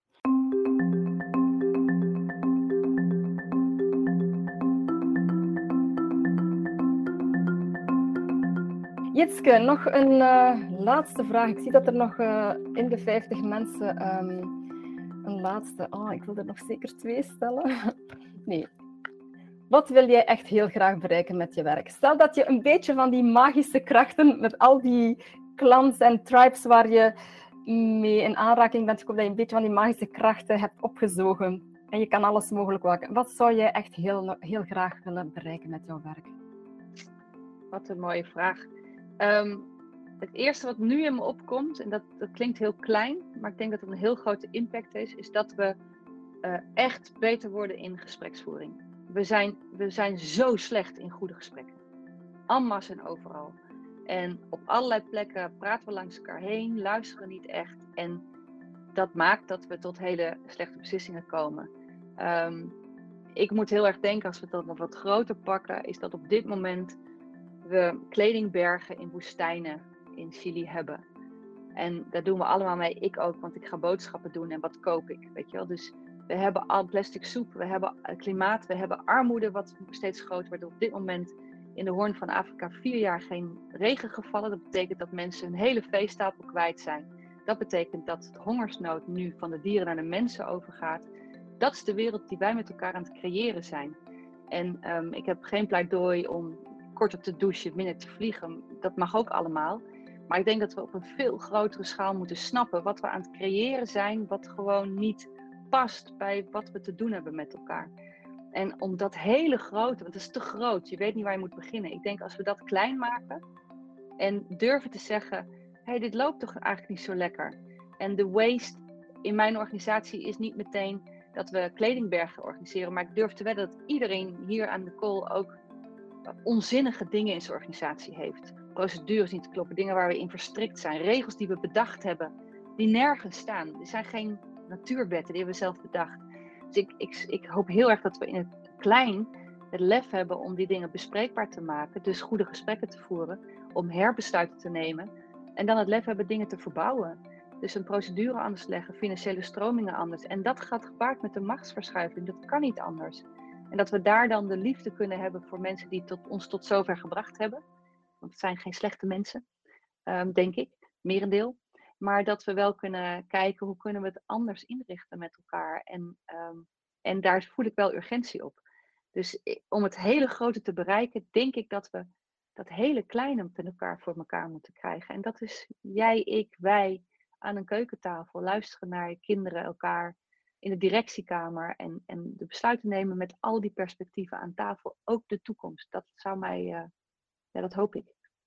Jitske, nog een uh, laatste vraag. Ik zie dat er nog uh, in de vijftig mensen um, een laatste... Oh, ik wil er nog zeker twee stellen. Nee. Wat wil jij echt heel graag bereiken met je werk? Stel dat je een beetje van die magische krachten met al die clans en tribes waar je mee in aanraking bent gekomen, dat je een beetje van die magische krachten hebt opgezogen en je kan alles mogelijk maken. Wat zou jij echt heel, heel graag willen bereiken met jouw werk? Wat een mooie vraag. Um, het eerste wat nu in me opkomt, en dat, dat klinkt heel klein, maar ik denk dat het een heel grote impact is, is dat we uh, echt beter worden in gespreksvoering. We zijn, we zijn zo slecht in goede gesprekken. En masse en overal. En op allerlei plekken praten we langs elkaar heen, luisteren niet echt. En dat maakt dat we tot hele slechte beslissingen komen. Um, ik moet heel erg denken, als we dat nog wat groter pakken, is dat op dit moment we kledingbergen in woestijnen in Chili hebben. En daar doen we allemaal mee. Ik ook, want ik ga boodschappen doen en wat koop ik, weet je wel. Dus we hebben al plastic soep, we hebben klimaat, we hebben armoede wat steeds groter wordt. Op dit moment in de Hoorn van Afrika vier jaar geen regen gevallen. Dat betekent dat mensen hun hele veestapel kwijt zijn. Dat betekent dat de hongersnood nu van de dieren naar de mensen overgaat. Dat is de wereld die wij met elkaar aan het creëren zijn. En um, ik heb geen pleidooi om korter te douchen, minder te vliegen. Dat mag ook allemaal. Maar ik denk dat we op een veel grotere schaal moeten snappen wat we aan het creëren zijn, wat gewoon niet past bij wat we te doen hebben met elkaar. En om dat hele grote, want het is te groot, je weet niet waar je moet beginnen. Ik denk als we dat klein maken en durven te zeggen, hey, dit loopt toch eigenlijk niet zo lekker. En de waste in mijn organisatie is niet meteen dat we kledingbergen organiseren, maar ik durf te wedden dat iedereen hier aan de call ook onzinnige dingen in zijn organisatie heeft. Procedures niet te kloppen, dingen waar we in verstrikt zijn, regels die we bedacht hebben, die nergens staan. Er zijn geen natuurwetten, die hebben we zelf bedacht. Dus ik, ik, ik hoop heel erg dat we in het klein het lef hebben om die dingen bespreekbaar te maken, dus goede gesprekken te voeren, om herbesluiten te nemen en dan het lef hebben dingen te verbouwen. Dus een procedure anders leggen, financiële stromingen anders. En dat gaat gepaard met de machtsverschuiving, dat kan niet anders. En dat we daar dan de liefde kunnen hebben voor mensen die tot, ons tot zover gebracht hebben. Want het zijn geen slechte mensen, um, denk ik, merendeel. Maar dat we wel kunnen kijken hoe kunnen we het anders inrichten met elkaar. En, um, en daar voel ik wel urgentie op. Dus om het hele grote te bereiken, denk ik dat we dat hele kleine met elkaar voor elkaar moeten krijgen. En dat is jij, ik, wij aan een keukentafel. Luisteren naar je kinderen, elkaar in de directiekamer. En, en de besluiten nemen met al die perspectieven aan tafel. Ook de toekomst. Dat zou mij, uh, ja, dat hoop ik.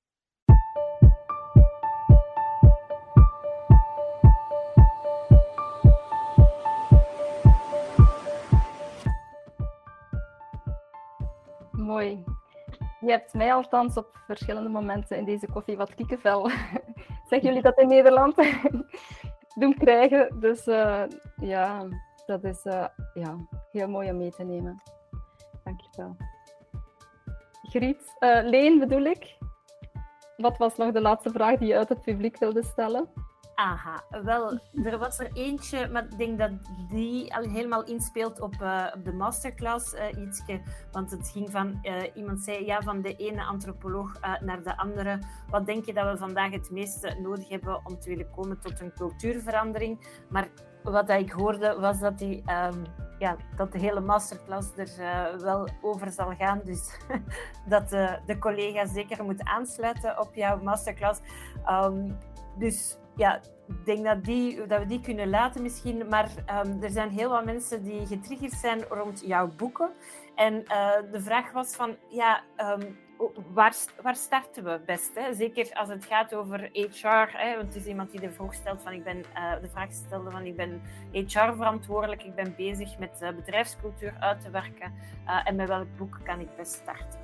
Mooi. Je hebt mij althans op verschillende momenten in deze koffie wat kiekenvel, zeggen jullie dat in Nederland, doen krijgen. Dus uh, ja, dat is uh, ja, heel mooi om mee te nemen. Dankjewel. Griet, uh, Leen bedoel ik. Wat was nog de laatste vraag die je uit het publiek wilde stellen? Aha, wel, er was er eentje, maar ik denk dat die al helemaal inspeelt op, uh, op de masterclass, uh, Ietske. Want het ging van, uh, iemand zei, ja, van de ene antropoloog uh, naar de andere. Wat denk je dat we vandaag het meeste nodig hebben om te willen komen tot een cultuurverandering? Maar wat ik hoorde, was dat, die, um, ja, dat de hele masterclass er uh, wel over zal gaan. Dus dat uh, de collega zeker moet aansluiten op jouw masterclass. Um, dus... Ja, ik denk dat, die, dat we die kunnen laten misschien. Maar um, er zijn heel wat mensen die getriggerd zijn rond jouw boeken. En uh, de vraag was van, ja, um, waar, waar starten we best? Hè? Zeker als het gaat over H R. Hè? Want het is iemand die de vraag stelt van, ik ben, uh, de vraag stelde van, ik ben H R-verantwoordelijk. Ik ben bezig met uh, bedrijfscultuur uit te werken. Uh, en met welk boek kan ik best starten?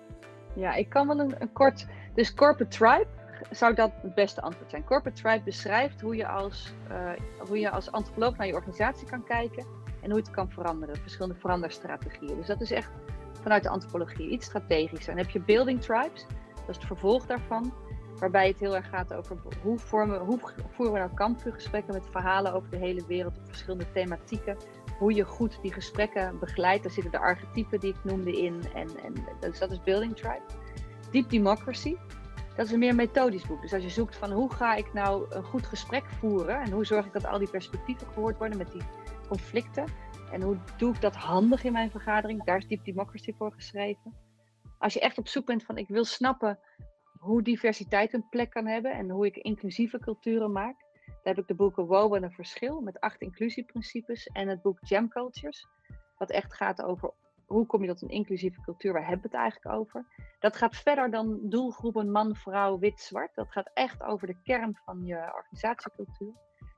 Ja, ik kan wel een, een kort... Dus Corporate Tribe zou dat het beste antwoord zijn. Corporate Tribe beschrijft hoe je als, uh, hoe je als antropoloog naar je organisatie kan kijken en hoe je het kan veranderen. Verschillende veranderstrategieën. Dus dat is echt vanuit de antropologie iets strategisch. En dan heb je Building Tribes, dat is het vervolg daarvan, waarbij het heel erg gaat over hoe, vormen, hoe voeren we nou kampvuurgesprekken met verhalen over de hele wereld op verschillende thematieken. Hoe je goed die gesprekken begeleidt. Daar zitten de archetypen die ik noemde in. En, en, dus dat is Building Tribe. Deep Democracy. Dat is een meer methodisch boek. Dus als je zoekt van hoe ga ik nou een goed gesprek voeren en hoe zorg ik dat al die perspectieven gehoord worden met die conflicten en hoe doe ik dat handig in mijn vergadering, daar is Deep Democracy voor geschreven. Als je echt op zoek bent van ik wil snappen hoe diversiteit een plek kan hebben en hoe ik inclusieve culturen maak, dan heb ik de boeken Wow en een verschil met acht inclusieprincipes en het boek Gem Cultures, wat echt gaat over hoe kom je tot een inclusieve cultuur, waar hebben we het eigenlijk over? Dat gaat verder dan doelgroepen man, vrouw, wit, zwart. Dat gaat echt over de kern van je organisatiecultuur.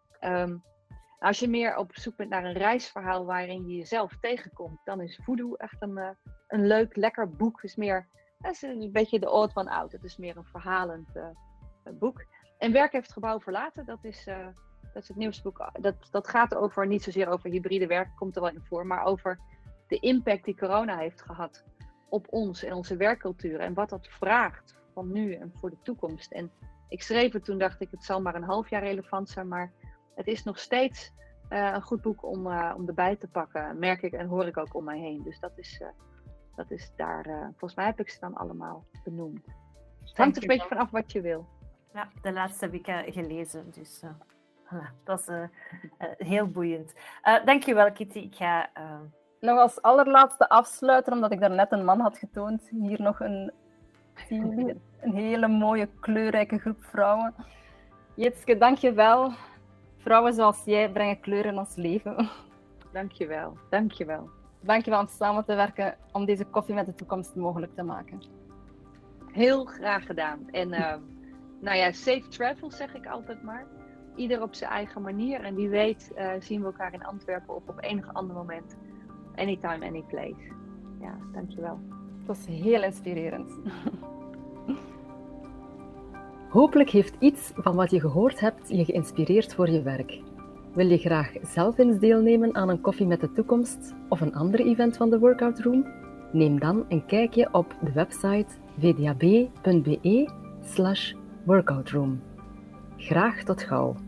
Um, als je meer op zoek bent naar een reisverhaal waarin je jezelf tegenkomt, dan is Voodoo echt een, uh, een leuk, lekker boek. Het is meer, dat is een beetje de odd one out. Het is meer een verhalend uh, boek. En Werk heeft het gebouw verlaten, dat is, uh, dat is het nieuwste boek. Dat, dat gaat over, niet zozeer over hybride werk, komt er wel in voor, maar over de impact die corona heeft gehad op ons en onze werkcultuur en wat dat vraagt van nu en voor de toekomst. En ik schreef het toen, dacht ik, het zal maar een half jaar relevant zijn, maar het is nog steeds uh, een goed boek om, uh, om erbij te pakken, merk ik en hoor ik ook om mij heen. Dus dat is, uh, dat is daar, uh, volgens mij heb ik ze dan allemaal benoemd. Het hangt er een beetje vanaf wat je wil. Ja, de laatste heb ik uh, gelezen, dus uh, voilà, dat is uh, uh, heel boeiend. Uh, dankjewel, Kitty. Ik ga... Uh... Nog als allerlaatste afsluiten, omdat ik daarnet een man had getoond. Hier nog een, een hele mooie, kleurrijke groep vrouwen. Jitske, dank je wel. Vrouwen zoals jij brengen kleur in ons leven. Dank je wel, dank je wel. Dank je wel om samen te werken om deze koffie met de toekomst mogelijk te maken. Heel graag gedaan. En uh, nou ja, safe travel zeg ik altijd maar. Ieder op zijn eigen manier. En wie weet uh, zien we elkaar in Antwerpen of op enig ander moment. Anytime, any place. Ja, dankjewel. Dat is heel inspirerend. Hopelijk heeft iets van wat je gehoord hebt je geïnspireerd voor je werk. Wil je graag zelf eens deelnemen aan een koffie met de toekomst of een ander event van de Workout Room? Neem dan een kijkje op de website v d a b punt b e slash workoutroom. Graag tot gauw.